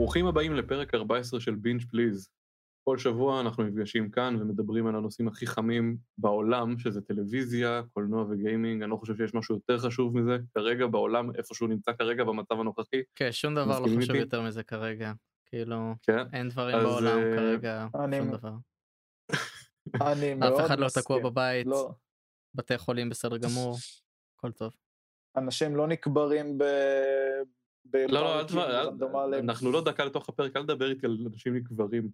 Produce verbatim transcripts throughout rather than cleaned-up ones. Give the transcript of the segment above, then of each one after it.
ברוכים הבאים לפרק ארבע עשרה של בינג' פליז. כל שבוע אנחנו נפגשים כאן ומדברים על הנושאים הכי חמים בעולם, שזה טלוויזיה, קולנוע וגיימינג. אני לא חושב שיש משהו יותר חשוב מזה כרגע בעולם, איפה שהוא נמצא כרגע במצב הנוכחי. כן, שום דבר לא חשוב יותר מזה כרגע. כאילו, אין דברים בעולם כרגע, שום דבר. אף אחד לא תקוע בבית, בתי חולים בסדר גמור, הכל טוב. אנשים לא נקברים ב... לא, לא, אנחנו לא דקה לתוך הפרק, אל תדבר איתי על אנשים נקברים.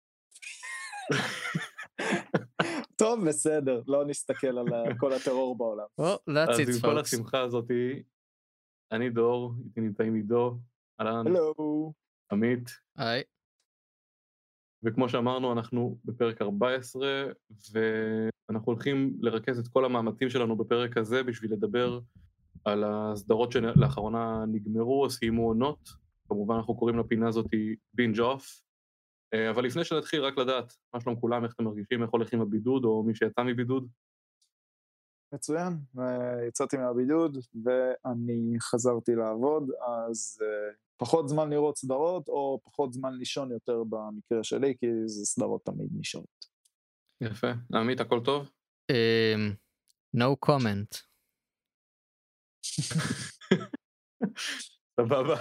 טוב, בסדר, לא נסתכל על כל הטרור בעולם. אז עם כל השמחה הזאת, אני דור, איתי נמצאים עידו, אלן, עמית. היי. וכמו שאמרנו, אנחנו בפרק ארבע עשרה, ואנחנו הולכים לרכז את כל המאמצים שלנו בפרק הזה, בשביל לדבר על הסדרות שלאחרונה נגמרו, או סיימו עונות. כמובן אנחנו קוראים לפינה הזאת בינג' אוף. אבל לפני שנתחיל, רק לדעת, מה שלום כולם, איך אתם מרגישים, איך הולך עם הבידוד, או מי שיצא מבידוד? מצוין, יצאתי מהבידוד, ואני חזרתי לעבוד, אז פחות זמן לראות סדרות, או פחות זמן לישון יותר במקרה שלי, כי זה סדרות תמיד נשארות. יפה, עמית, הכל טוב? No comment. סבבה.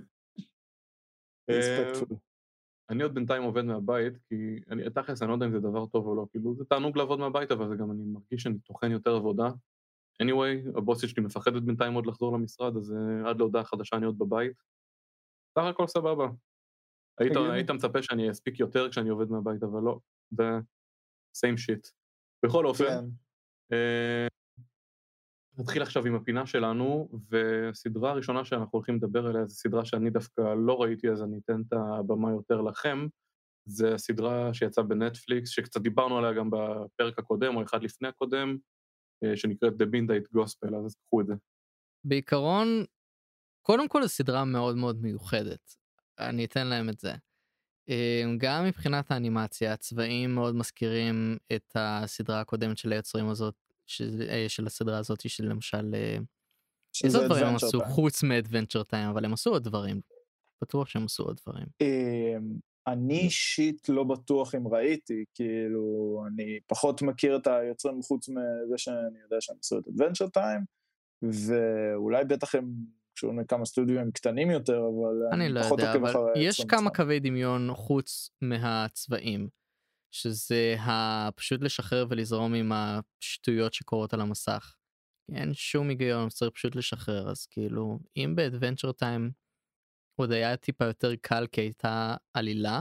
Respectful. אני עוד בינתיים עובד מהבית, כי אני תכלס, אני לא יודע אם זה דבר טוב או לא, כאילו זה תענוג לעבוד מהבית, אבל זה גם אני מרגיש שאני תוכן יותר עבודה. anyway, הבוסית שלי מפחדת בינתיים עוד לחזור למשרד, אז עד להודעה חדשה אני עוד בבית. סך הכל סבבה. היית, היית מצפה שאני אספיק יותר כשאני עובד מהבית, אבל לא, זה same shit. בכל אופן, אה, נתחיל עכשיו עם הפינה שלנו, וסדרה הראשונה שאנחנו הולכים לדבר עליה, זו סדרה שאני דווקא לא ראיתי, אז אני אתן את הבמה יותר לכם. זה הסדרה שיצאה בנטפליקס, שקצת דיברנו עליה גם בפרק הקודם, או אחד לפני הקודם, שנקראת The Midnight Gospel, אז תקחו את זה. בעיקרון, קודם כל הסדרה מאוד מאוד מיוחדת. אני אתן להם את זה. גם מבחינת האנימציה, הצבעים מאוד מזכירים את הסדרה הקודמת של היוצרים הזאת, של הסדרה הזאת, של למשל, איזה דברים הם עשו חוץ מ-Adventure Time, אבל הם עשו עוד דברים. בטוח שהם עשו עוד דברים. אני אישית לא בטוח אם ראיתי, כאילו, אני פחות מכיר את היוצרים חוץ מזה שאני יודע שהם עשו את Adventure Time, ואולי בטח הם קשורים לכמה סטודיו קטנים יותר, אבל אני לא יודע, אבל יש כמה קווי דמיון חוץ מהצבעים, שזה פשוט לשחרר ולזרום עם השטויות שקורות על המסך. אין שום היגיון, צריך פשוט לשחרר, אז כאילו, אם ב-Adventure Time עוד היה טיפה יותר קל, כי הייתה עלילה,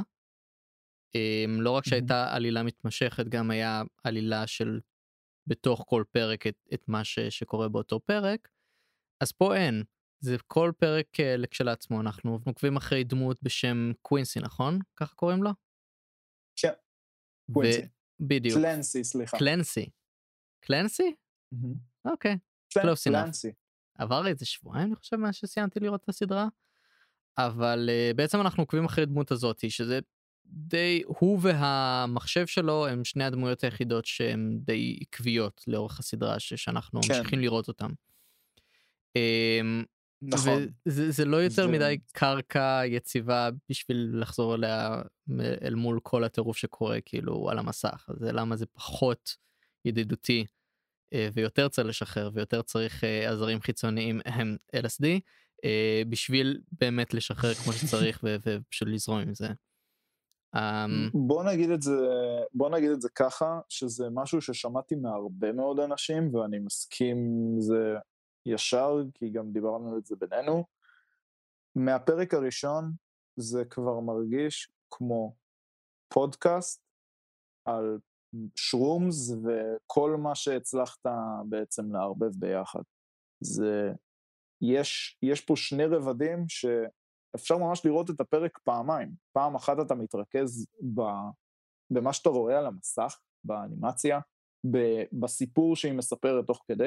לא רק שהייתה עלילה מתמשכת, גם היה עלילה של בתוך כל פרק את, את מה ש, שקורה באותו פרק, אז פה אין, זה כל פרק כשלעצמו, אנחנו נוקבים אחרי דמות בשם קווינסי, נכון? ככה קוראים לו? כן, קווינסי. בדיוק. קלנסי, סליחה. קלנסי. קלנסי? אוקיי. קלנסי. עבר איזה שבועיים, אני חושב, מה שסיימתי לראות את הסדרה, אבל uh, בעצם אנחנו עוקבים אחרי דמות הזאת, שזה די, הוא והמחשב שלו הם שני הדמויות היחידות שהן די עקביות לאורך הסדרה, שאנחנו כן. ממשיכים לראות אותם. Um, נכון. וזה זה לא יותר ו... מדי קרקע יציבה בשביל לחזור אליה אל מול כל הטירוף שקורה כאילו על המסך, אז זה למה זה פחות ידידותי, uh, ויותר צריך לשחרר, ויותר צריך uh, עזרים חיצוניים, הם אל אס די, Uh, בשביל באמת לשחרר כמו שצריך ופשוט לזרום עם זה. Um... בוא נגיד את זה, בוא נגיד את זה ככה, שזה משהו ששמעתי מהרבה מאוד אנשים, ואני מסכים עם זה ישר, כי גם דיברנו את זה בינינו. מהפרק הראשון, זה כבר מרגיש כמו פודקאסט על שרומס, וכל מה שהצלחת בעצם לערבב ביחד. זה... יש, יש פה שני רבדים שאפשר ממש לראות את הפרק פעמיים. פעם אחת אתה מתרכז ב, במה שאתה רואה על המסך, באנימציה, ב, בסיפור שהיא מספרת תוך כדי,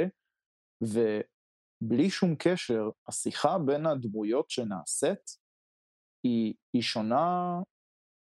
ובלי שום קשר, השיחה בין הדמויות שנעשית, היא, היא שונה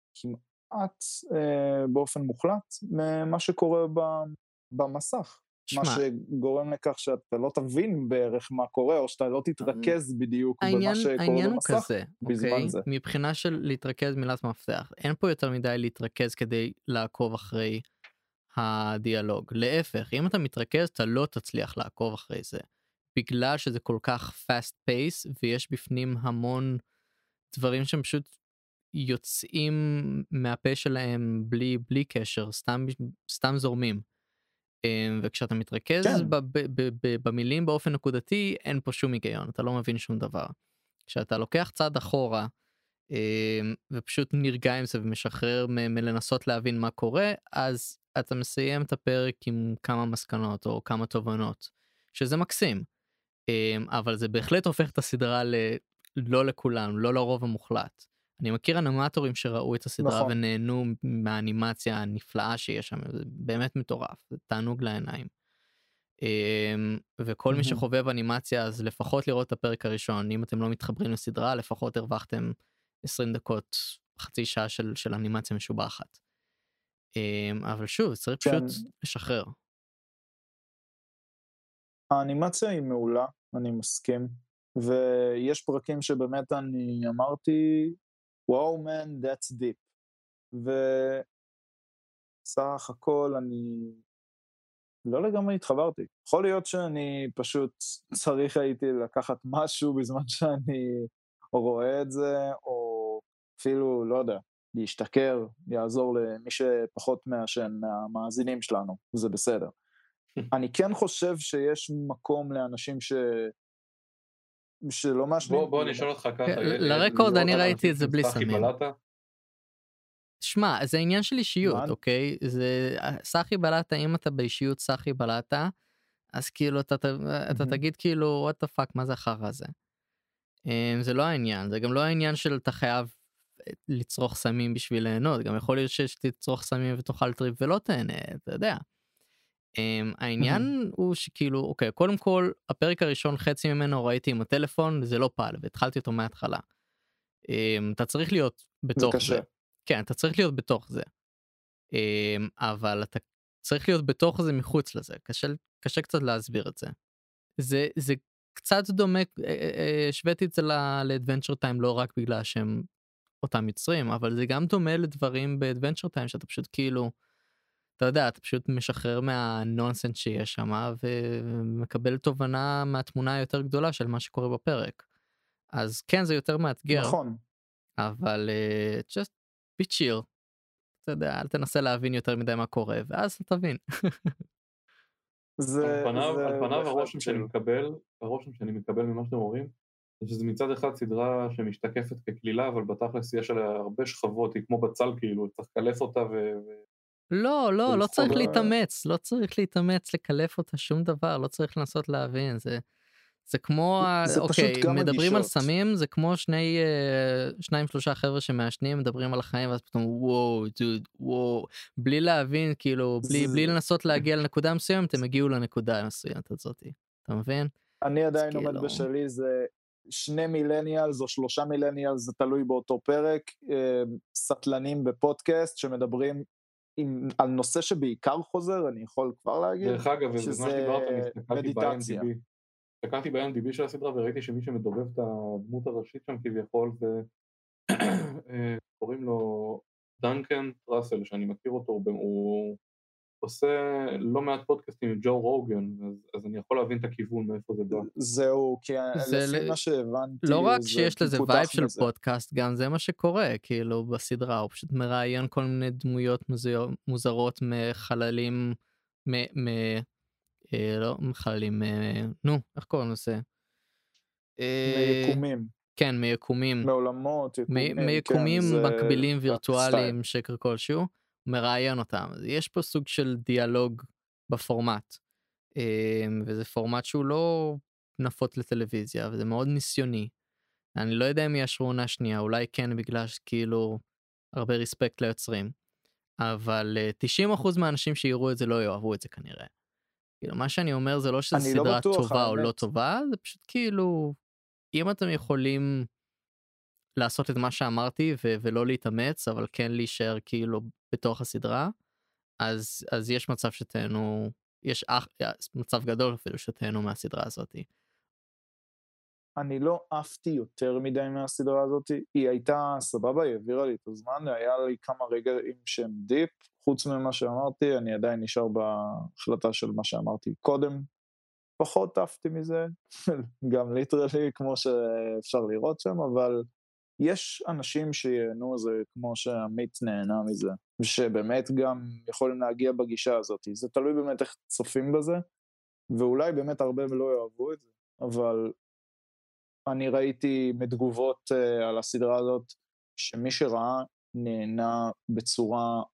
כמעט אה, באופן מוחלט ממה שקורה ב, במסך. מה שגורם לכך שאתה לא תבין בערך מה קורה, או שאתה לא תתרכז בדיוק במה שקורה במסך בזמן זה. מבחינה של להתרכז מילת מפתח, אין פה יותר מדי להתרכז כדי לעקוב אחרי הדיאלוג. להפך, אם אתה מתרכז, אתה לא תצליח לעקוב אחרי זה. בגלל שזה כל כך fast pace, ויש בפנים המון דברים שהם פשוט יוצאים מהפה שלהם בלי, בלי קשר, סתם, סתם זורמים. וכשאתה מתרכז כן. ב- ב- ב- ב- במילים באופן נקודתי, אין פה שום היגיון, אתה לא מבין שום דבר. כשאתה לוקח צעד אחורה, ופשוט נרגע עם זה ומשחרר מ- מלנסות להבין מה קורה, אז אתה מסיים את הפרק עם כמה מסקנות או כמה תובנות, שזה מקסים. אבל זה בהחלט הופך את הסדרה ל... לא לכולם, לא לרוב המוחלט. אני מכיר אנימטורים שראו את הסדרה נכון. ונהנו מהאנימציה הנפלאה שיש שם, זה באמת מטורף, זה תענוג לעיניים. וכל מי שחובב אנימציה, אז לפחות לראות את הפרק הראשון, אם אתם לא מתחברים לסדרה, לפחות הרווחתם עשרים דקות, חצי שעה של, של אנימציה משובחת. אבל שוב, צריך כן. פשוט לשחרר. האנימציה היא מעולה, אני מסכים, ויש פרקים שבאמת אני אמרתי, וואו מן, that's deep, וסך הכל אני לא לגמרי התחברתי. יכול להיות שאני פשוט צריך הייתי לקחת משהו בזמן שאני רואה את זה, או אפילו, לא יודע, להשתכר, יעזור למי שפחות מעשן מהמאזינים שלנו, זה בסדר. אני כן חושב שיש מקום לאנשים ש... שלא מעשנים. בוא, בוא נשאל אותך ככה. לרקורד אני ראיתי את זה בלי סמים. שמע, זה עניין של אישיות, אוקיי? זה סחי בלטה, אם אתה באישיות סחי בלטה, אז כאילו אתה, אתה תגיד כאילו, what the fuck, מה זה אחר הזה? זה לא העניין, זה גם לא העניין של אתה חייב לצרוך סמים בשביל ליהנות, גם יכול להיות שתצרוך סמים ותאכל טריפ ולא תהנה, אתה יודע. Um, העניין הוא שכאילו, אוקיי, קודם כל, הפרק הראשון חצי ממנו ראיתי עם הטלפון, זה לא פעל, והתחלתי אותו מההתחלה. Um, אתה צריך להיות בתוך זה. זה. כן, אתה צריך להיות בתוך זה. Um, אבל אתה צריך להיות בתוך זה מחוץ לזה. קשה, קשה קצת להסביר את זה. זה, זה קצת דומה, השוויתי את זה ל-Adventure Time, לא רק בגלל שהם אותם יוצרים, אבל זה גם דומה לדברים ב-Adventure Time, שאתה פשוט כאילו, אתה יודע, אתה פשוט משחרר מהנונסנס שיש שם, ומקבל תובנה מהתמונה היותר גדולה של מה שקורה בפרק. אז כן, זה יותר מאתגר. נכון. אבל uh, just be chill. אתה יודע, אל תנסה להבין יותר מדי מה קורה, ואז אתה תבין. זה, על פניו, זה על פניו הרושם שאני מקבל, הרושם שאני מקבל ממה שאתם אומרים, זה שזה מצד אחד סדרה שמשתקפת ככלילה, אבל בתכלס יש עליה הרבה שכבות, היא כמו בצל כאילו, צריך לקלף אותה ו... לא, לא, לא צריך להתאמץ, לא צריך להתאמץ לקלף אותה שום דבר, לא צריך לנסות להבין, זה, זה כמו, אוקיי, מדברים על סמים, זה כמו שני, שניים שלושה חבר'ה שמעשנים, מדברים על החיים, ואז פתאום, וואו, דוד, וואו, בלי להבין, כאילו, בלי, בלי לנסות להגיע לנקודה מסוימת, הם הגיעו לנקודה המסוימת הזאת, אתה מבין? אני עדיין עומד בשלי, זה שני מילניאלס או שלושה מילניאלס, זה תלוי באותו פרק, סטלנים בפודקאסט שמדברים עם, על נושא שבעיקר חוזר, אני יכול כבר להגיד, דרך אגב, שזה מדיטציה. הסתכלתי ב-איי אם די בי של הסדרה וראיתי שמי שמדובב את הדמות הראשית שם כביכול, זה קוראים לו דנקן טראסל, שאני מכיר אותו, הוא עושה לא מעט פודקאסטים עם ג'ו רוגן, אז, אז אני יכול להבין את הכיוון מאיפה זה בא. זהו, כי לפי מה שהבנתי, לא רק שיש לזה וייב של פודקאסט, גם זה מה שקורה, כאילו בסדרה, הוא פשוט מראיין כל מיני דמויות מוזרות מחללים, מ... מ לא מחללים, נו, איך קוראים לזה? מיקומים. כן, מיקומים. מעולמות, יקומים. מיקומים מקבילים וירטואליים, שקר כלשהו. מראיין אותם. יש פה סוג של דיאלוג בפורמט, וזה פורמט שהוא לא נפוץ לטלוויזיה, וזה מאוד ניסיוני. אני לא יודע אם יאשרו עונה שנייה, אולי כן בגלל שכאילו הרבה ריספקט ליוצרים, אבל תשעים אחוז מהאנשים שיראו את זה לא יאהבו את זה כנראה. כאילו, מה שאני אומר זה לא שזו סדרה לא טובה או לא טובה, זה פשוט כאילו, אם אתם יכולים לעשות את מה שאמרתי ו- ולא להתאמץ, אבל כן להישאר כאילו בתוך הסדרה, אז, אז יש מצב שתהנו יש אח, מצב גדול אפילו שתהנו מהסדרה הזאת. אני לא עפתי יותר מדי מהסדרה הזאת, היא הייתה סבבה, היא העבירה לי את הזמן, היה לי כמה רגעים שהם דיפ, חוץ ממה שאמרתי, אני עדיין נשאר בהחלטה של מה שאמרתי קודם, פחות עפתי מזה, גם ליטרלי כמו שאפשר לראות שם, אבל יש אנשים שיהנו זה כמו שעמית נהנה מזה, ושבאמת גם יכולים להגיע בגישה הזאת, זה תלוי באמת איך צופים בזה, ואולי באמת הרבה לא יאהבו את זה, אבל אני ראיתי מתגובות uh, על הסדרה הזאת, שמי שראה נהנה בצורה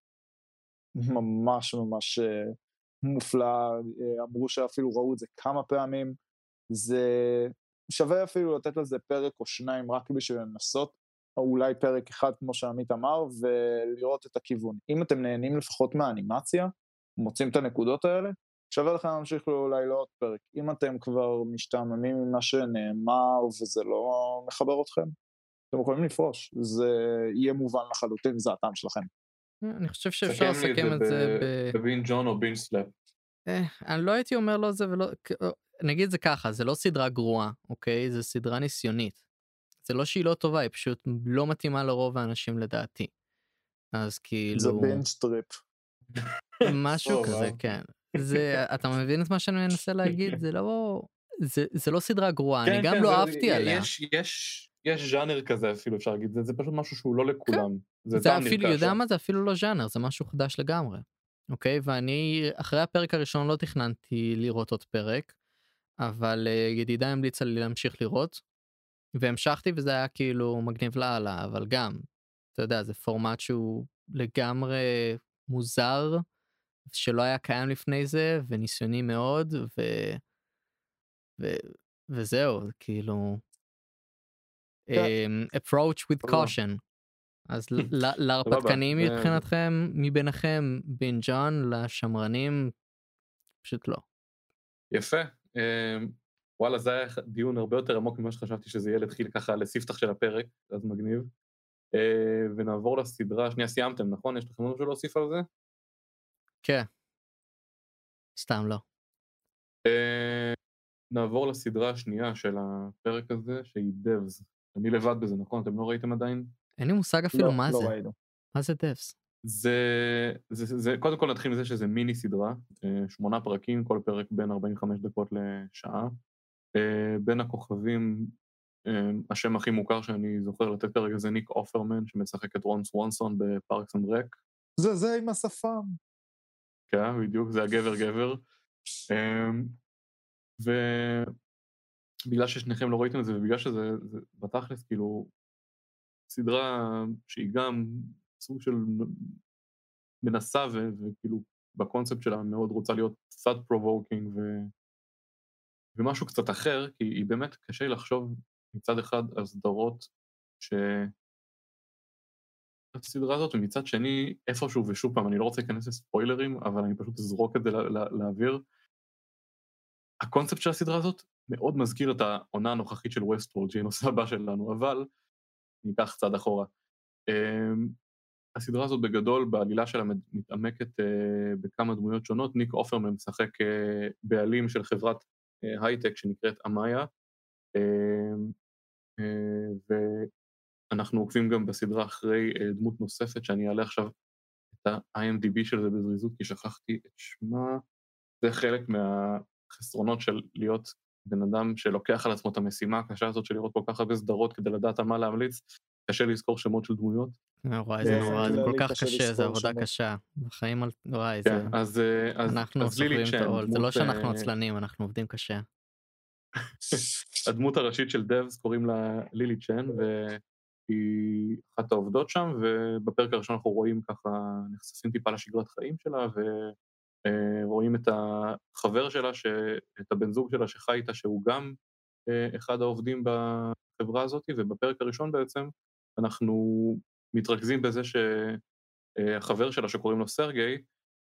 ממש ממש uh, מופלאה, uh, אמרו שאפילו ראו את זה כמה פעמים, זה שווה אפילו לתת לזה פרק או שניים רק בשביל לנסות, או אולי פרק אחד כמו שעמית אמר, ולראות את הכיוון. אם אתם נהנים לפחות מהאנימציה, מוצאים את הנקודות האלה, שווה לכם להמשיך אולי לא עוד פרק. אם אתם כבר משתעממים ממה שנאמר וזה לא מחבר אתכם, אתם יכולים לפרוש. זה יהיה מובן לחלוטין, זה הטעם שלכם. אני חושב שאפשר לסכם את זה בבין ג'ון או בין סלאפ. אני לא הייתי אומר לו זה ולא... נגיד זה ככה, זה לא סדרה גרועה, אוקיי? זה סדרה ניסיונית. זה לא שהיא לא טובה, היא פשוט לא מתאימה לרוב האנשים לדעתי. אז כאילו... זה בינג' טריפ. משהו כזה, כן. זה, אתה מבין את מה שאני מנסה להגיד? זה לא, זה, זה לא סדרה גרועה, אני גם לא אהבתי עליה. יש, יש, יש ז'אנר כזה אפילו אפשר להגיד, זה, זה פשוט משהו שהוא לא לכולם. זה, זה אפילו, יודע מה? זה אפילו לא ז'אנר, זה משהו חדש לגמרי. אוקיי? ואני, אחרי הפרק הראשון לא תכננתי לראות עוד פרק, אבל ידידה המליצה לי להמשיך לראות, והמשכתי וזה היה כאילו מגניב לעלה, אבל גם, אתה יודע, זה פורמט שהוא לגמרי מוזר, שלא היה קיים לפני זה, וניסיוני מאוד, ו... ו... וזהו, כאילו... um, approach with caution. אז להרפתקנים מבחינתכם, מביניכם, בין ג'ון, לשמרנים, פשוט לא. יפה. וואלה, זה היה דיון הרבה יותר עמוק ממה שחשבתי שזה יהיה להתחיל ככה לספתח של הפרק, אז מגניב. ונעבור לסדרה, שנייה סיימתם, נכון? יש לכם משהו להוסיף על זה? כן. סתם לא. נעבור לסדרה השנייה של הפרק הזה, שהיא דבס. אני לבד בזה, נכון? אתם לא ראיתם עדיין? אין לי מושג אפילו מה זה. לא ראינו. מה זה דבס? זה, זה, זה, קודם כל נתחיל מזה שזה מיני סדרה, שמונה פרקים, כל פרק בין ארבעים וחמש דקות לשעה. בין הכוכבים, השם הכי מוכר שאני זוכר לתת פרק הזה, ניק אופרמן, שמשחק את רון סוונסון בפארקס אנד רק. זה זה עם השפם. כן, בדיוק, זה הגבר גבר. ובגלל ששניכם לא ראיתם את זה, ובגלל שזה זה, בתכלס, כאילו, סדרה שהיא גם סוג של מנסה, ו- וכאילו, בקונספט שלה מאוד רוצה להיות קצת פרובוקינג, ו- ומשהו קצת אחר, כי היא באמת קשה לחשוב מצד אחד על סדרות ש... הסדרה הזאת, ומצד שני, איפשהו ושוב פעם, אני לא רוצה להיכנס לספוילרים, אבל אני פשוט אזרוק את זה לאוויר. הקונספט של הסדרה הזאת מאוד מזכיר את העונה הנוכחית של ווסטוורלד, שהיא נושא הבא שלנו, אבל ניקח צעד אחורה. הסדרה הזאת בגדול, בעלילה שלה מתעמקת בכמה דמויות שונות. ניק אופרמן משחק בעלים של חברת הייטק שנקראת אמאיה, ואנחנו עוקבים גם בסדרה אחרי דמות נוספת, שאני אעלה עכשיו את ה-איי אם די בי של זה בזריזות, כי שכחתי את שמה. זה חלק מהחסרונות של להיות בן אדם שלוקח על עצמו את המשימה הקשה הזאת של לראות כל כך הרבה סדרות כדי לדעת מה להמליץ. קשה לזכור שמות של דמויות. וואי, זה נורא, זה כל כך קשה, זה עבודה קשה. בחיים על... וואי, זה... אנחנו סופרים את העול. זה לא שאנחנו עצלנים, אנחנו עובדים קשה. הדמות הראשית של דבס קוראים לה לילי צ'ן, והיא אחת העובדות שם, ובפרק הראשון אנחנו רואים ככה, נחשפים טיפה לשגרת חיים שלה, ורואים את החבר שלה, את הבן זוג שלה שחי איתה, שהוא גם אחד העובדים בחברה הזאת, ובפרק הראשון בעצם אנחנו מתרכזים בזה שהחבר שלה שקוראים לו סרגי,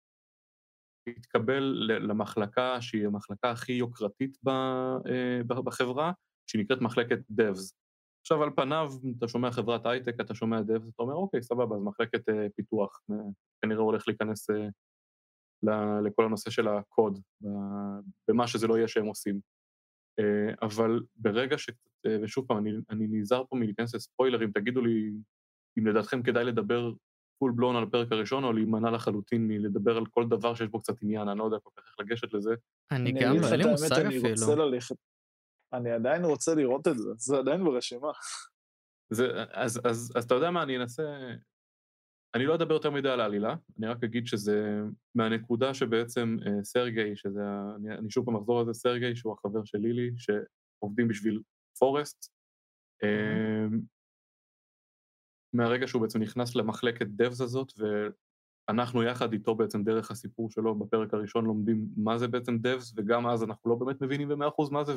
התקבל למחלקה שהיא המחלקה הכי יוקרתית בחברה, שהיא נקראת מחלקת דבס. עכשיו על פניו, אתה שומע חברת הייטק, אתה שומע דבס, אתה אומר, אוקיי, סבבה, אז מחלקת פיתוח, כנראה הולך להיכנס לכל הנושא של הקוד, במה שזה לא יהיה שהם עושים. אבל ברגע ש... ושוב פעם, אני, אני נזהר פה מלהיכנס לספוילרים, תגידו לי אם לדעתכם כדאי לדבר פול בלון על הפרק הראשון, או להימנע לחלוטין מלדבר על כל דבר שיש בו קצת עניין, אני לא יודע כל כך איך לגשת לזה. אני גם לא, אין לי מושג אפילו. אני רוצה ללכת, אני עדיין רוצה לראות את זה, זה עדיין ברשימה. זה, אז, אז, אז אתה יודע מה, אני אנסה, אני לא אדבר יותר מדי על העלילה, אני רק אגיד שזה מהנקודה שבעצם אה, סרגי, שזה, אני, אני שוב פעם אחזור על זה, סרגי, שהוא החבר של לילי, שעובדים בשביל פורסט, אה, מהרגע שהוא בעצם נכנס למחלקת דבס הזאת, ואנחנו יחד איתו בעצם דרך הסיפור שלו בפרק הראשון לומדים מה זה בעצם דבס, וגם אז אנחנו לא באמת מבינים במאה אחוז מה זה,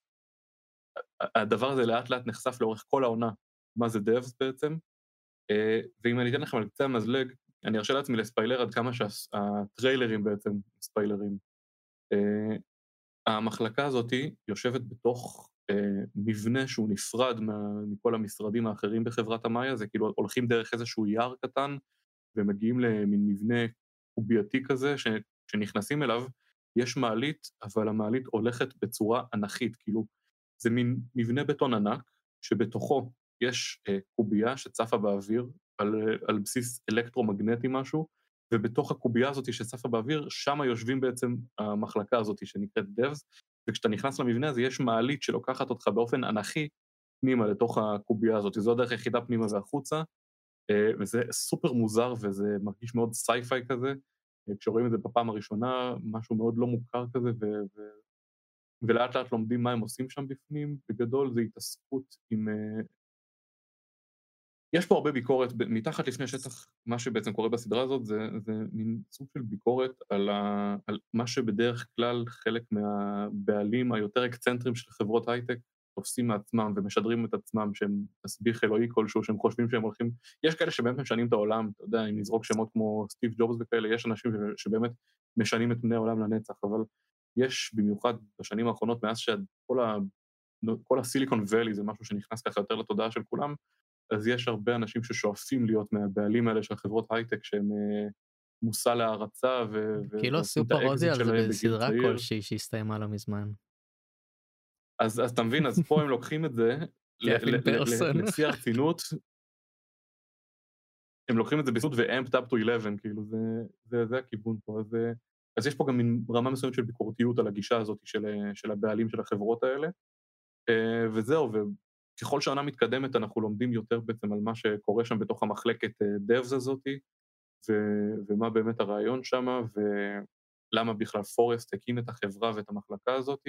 והדבר הזה לאט לאט נחשף לאורך כל העונה, מה זה דבס בעצם, ואם אני אתן לכם על קצה המזלג, אני ארשה לעצמי לספיילר עד כמה שהטריילרים בעצם ספיילרים. המחלקה הזאת יושבת בתוך מבנה שהוא נפרד מכל המשרדים האחרים בחברת המאיה, זה כאילו הולכים דרך איזשהו יער קטן, ומגיעים למין מבנה קובייתי כזה, שנכנסים אליו, יש מעלית, אבל המעלית הולכת בצורה אנכית, כאילו זה מין מבנה בטון ענק, שבתוכו יש קובייה שצפה באוויר, על, על בסיס אלקטרומגנטי משהו, ובתוך הקובייה הזאת שצפה באוויר, שם יושבים בעצם המחלקה הזאת שנקראת דבס, וכשאתה נכנס למבנה הזה יש מעלית שלוקחת אותך באופן אנכי פנימה לתוך הקובייה הזאת, זו הדרך היחידה פנימה והחוצה, וזה סופר מוזר וזה מרגיש מאוד סייפיי כזה, כשרואים את זה בפעם הראשונה, משהו מאוד לא מוכר כזה, ו... ו... ולאט לאט לומדים מה הם עושים שם בפנים, בגדול זה התעסקות עם... יש פה הרבה ביקורת, מתחת לפני שטח, מה שבעצם קורה בסדרה הזאת, זה, זה מין סוג של ביקורת על, ה, על מה שבדרך כלל חלק מהבעלים היותר אקצנטרים של חברות הייטק, תופסים מעצמם ומשדרים את עצמם שהם תסביך אלוהי כלשהו, שהם חושבים שהם הולכים, יש כאלה שבאמת משנים את העולם, אתה יודע, אם נזרוק שמות כמו סטיב ג'ובס וכאלה, יש אנשים שבאמת משנים את פני העולם לנצח, אבל יש במיוחד בשנים האחרונות, מאז שכל ה, כל הסיליקון ואלי זה משהו שנכנס ככה יותר לתודעה של כולם, אז יש הרבה אנשים ששואפים להיות מהבעלים האלה של חברות הייטק, שהם מושא להערצה, ו... כאילו עשו פרודיה על זה בסדרה כלשהי שהסתיימה לא מזמן. אז אתה מבין, אז פה הם לוקחים את זה לשיא הרצינות, הם לוקחים את זה בסוד ו-amped up to eleven, כאילו זה הכיוון פה, אז יש פה גם רמה מסוימת של ביקורתיות על הגישה הזאת של הבעלים של החברות האלה, וזהו, וככל שהעונה מתקדמת אנחנו לומדים יותר בעצם על מה שקורה שם בתוך המחלקת דבס הזאת, ומה באמת הרעיון שם, ולמה בכלל פורסט הקים את החברה ואת המחלקה הזאת,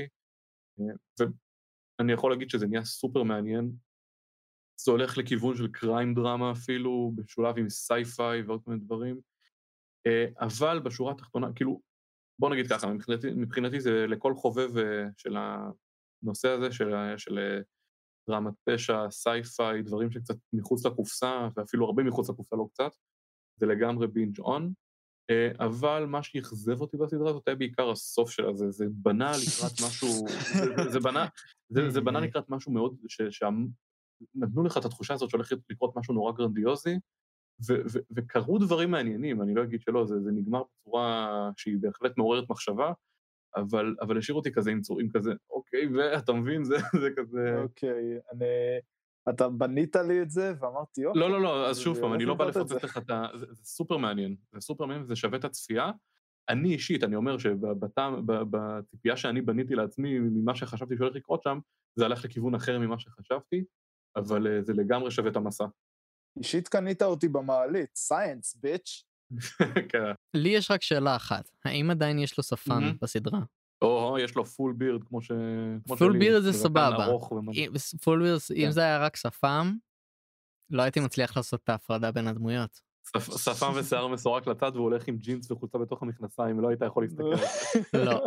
ואני יכול להגיד שזה נהיה סופר מעניין, זה הולך לכיוון של קריים דרמה אפילו, בשולב עם סייפיי ועוד מיני דברים, אבל בשורה התחתונה, כאילו, בוא נגיד ככה, מבחינתי, מבחינתי זה לכל חובב של הנושא הזה, של, של דרמת פשע, סייפיי, דברים שקצת מחוץ לקופסה, ואפילו הרבה מחוץ לקופסה, לא קצת, זה לגמרי בינג' און, אבל מה שיחזב אותי בסדרה הזאת היה בעיקר הסוף שלה, זה, זה בנה לקראת משהו, זה, זה, בנה, זה, זה בנה לקראת משהו מאוד, ש, שנתנו לך את התחושה הזאת שהולך לקרות משהו נורא גרנדיוזי, ו, ו, וקרו דברים מעניינים, אני לא אגיד שלא, זה, זה נגמר בצורה שהיא בהחלט מעוררת מחשבה, אבל, אבל השאיר אותי כזה עם צורים כזה, אוקיי, ואתה מבין, זה, זה כזה... אוקיי, אני... אתה בנית לי את זה, ואמרתי, אוקיי. לא, לא, לא, אז שוב פעם, אני לא בא לפוצץ לך את ה... זה סופר מעניין, זה סופר מעניין, זה שווה את הצפייה. אני אישית, אני אומר שבציפייה שאני בניתי לעצמי, ממה שחשבתי שהולך לקרות שם, זה הלך לכיוון אחר ממה שחשבתי, אבל זה לגמרי שווה את המסע. אישית קנית אותי במעלית, סייאנס, ביץ'. כן. לי יש רק שאלה אחת, האם עדיין יש לו שפם בסדרה? או, יש לו פול בירד, כמו ש... פול בירד זה סבבה. פול בירד, אם זה היה רק שפם, לא הייתי מצליח לעשות את ההפרדה בין הדמויות. שפם ושיער מסורק לצד, והוא הולך עם ג'ינס וחולצה בתוך המכנסיים, לא היית יכול להסתכל על זה. לא.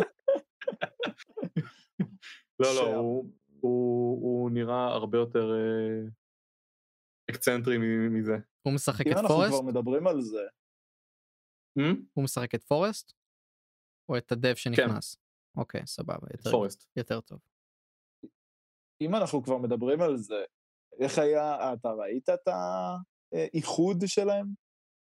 לא, לא, הוא נראה הרבה יותר אקצנטרי מזה. הוא משחק את פורסט? אם אנחנו כבר מדברים על זה. הוא משחק את פורסט? או את הדב שנכנס? אוקיי, סבבה, יותר טוב. אם אנחנו כבר מדברים על זה, איך היה, אתה ראית את האיחוד שלהם?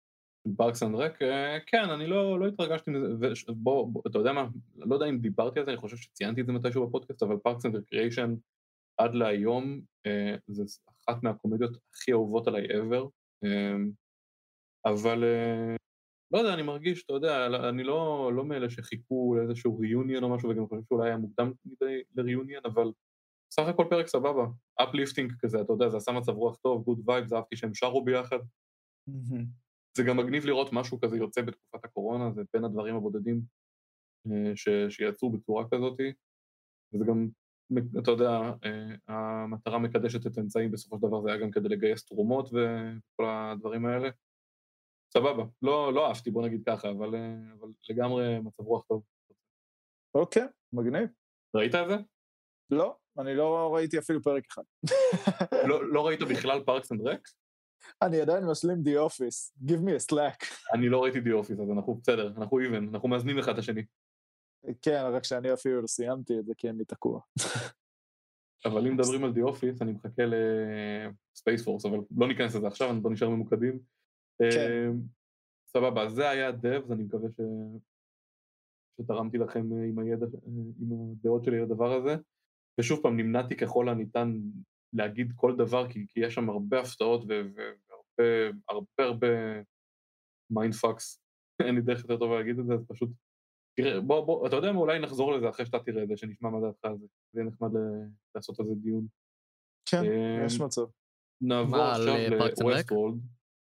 פארקס אנד רק, כן, אני לא, לא התרגשתי מזה, ובוא, בוא, אתה יודע מה, לא יודע אם דיברתי על זה, אני חושב שציינתי את זה מתישהו בפודקאסט, אבל פארקס אנד רקריאיישן עד להיום, אה, זה אחת מהקומדיות הכי אהובות עליי ever, אה, אבל אה, לא יודע, אני מרגיש, אתה יודע, אני לא, לא מאלה שחיכו לאיזשהו ריוניון או משהו, וגם חושב שאולי היה מוקדם מדי לריוניון, אבל סך הכל פרק סבבה, אפליפטינג כזה, אתה יודע, זה עשה מצב רוח טוב, גוד וייב, זה אהבתי שהם שרו ביחד. זה גם מגניב לראות משהו כזה יוצא בתקופת הקורונה, זה בין הדברים הבודדים ש... שיצאו בצורה כזאת, וזה גם, אתה יודע, המטרה מקדשת את האמצעים, בסופו של דבר זה היה גם כדי לגייס תרומות וכל הדברים האלה. סבבה, לא, לא אהבתי, בוא נגיד ככה, אבל, אבל לגמרי מצב רוח טוב. אוקיי, מגניב. ראית את זה? לא, אני לא ראיתי אפילו פרק אחד. לא, לא ראית בכלל פארקס אנד רק? אני עדיין משלים The Office, give me a slack. אני לא ראיתי The Office, אז אנחנו בסדר, אנחנו even, אנחנו מאזנים אחד את השני. כן, רק שאני אפילו לא סיימתי את זה, כי אני תקוע. אבל אם מדברים על The Office, אני מחכה ל-Space Force, אבל לא ניכנס לזה עכשיו, בוא נשאר ממוקדים. כן. סבבה, זה היה הדב, אני מקווה ש... שתרמתי לכם עם הידע, עם הדעות שלי לדבר הזה, ושוב פעם נמנעתי ככל הניתן להגיד כל דבר, כי, כי יש שם הרבה הפתעות והרבה הרבה הרבה מיינדפאקס, אין לי דרך יותר טובה להגיד את זה, אז פשוט, תראה, בוא, בוא, אתה יודע מה, אולי נחזור לזה אחרי שאתה תראה את זה, שנשמע מה דעתך על זה, זה יהיה נחמד לעשות על זה דיון. כן, יש מצב. נעבור עכשיו ל-Westworld.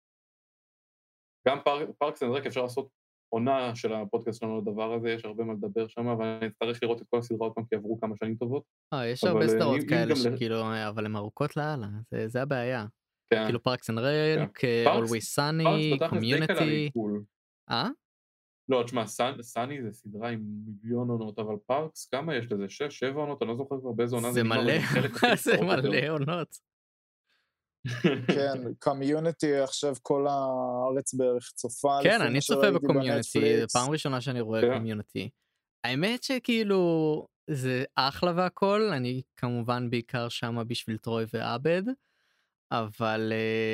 גם פארקס אנד רק אפשר לעשות עונה של הפודקאסט שלנו לדבר הזה, יש הרבה מה לדבר שם, אבל אני אצטרך לראות את כל הסדרה עוד פעם, כי עברו כמה שנים טובות. אה, יש הרבה סדרות כאלה שכאילו, אבל הן ארוכות לאללה, זה הבעיה. כאילו פארקס אנד רק, Always Sunny, Community. אה? לא, תשמע, סאני זה סדרה עם מיליון עונות, אבל פארקס, כמה יש לזה? שש, שבע עונות? אני לא זוכר כבר באיזה עונה. זה מלא, זה מלא עונות. כן, קומיוניטי עכשיו כל הארץ בערך צופה. כן, אני צופה בקומיוניטי, זה פעם ראשונה שאני רואה קומיוניטי. האמת שכאילו זה אחלה והכל, אני כמובן בעיקר שמה בשביל טרוי ועבד, אבל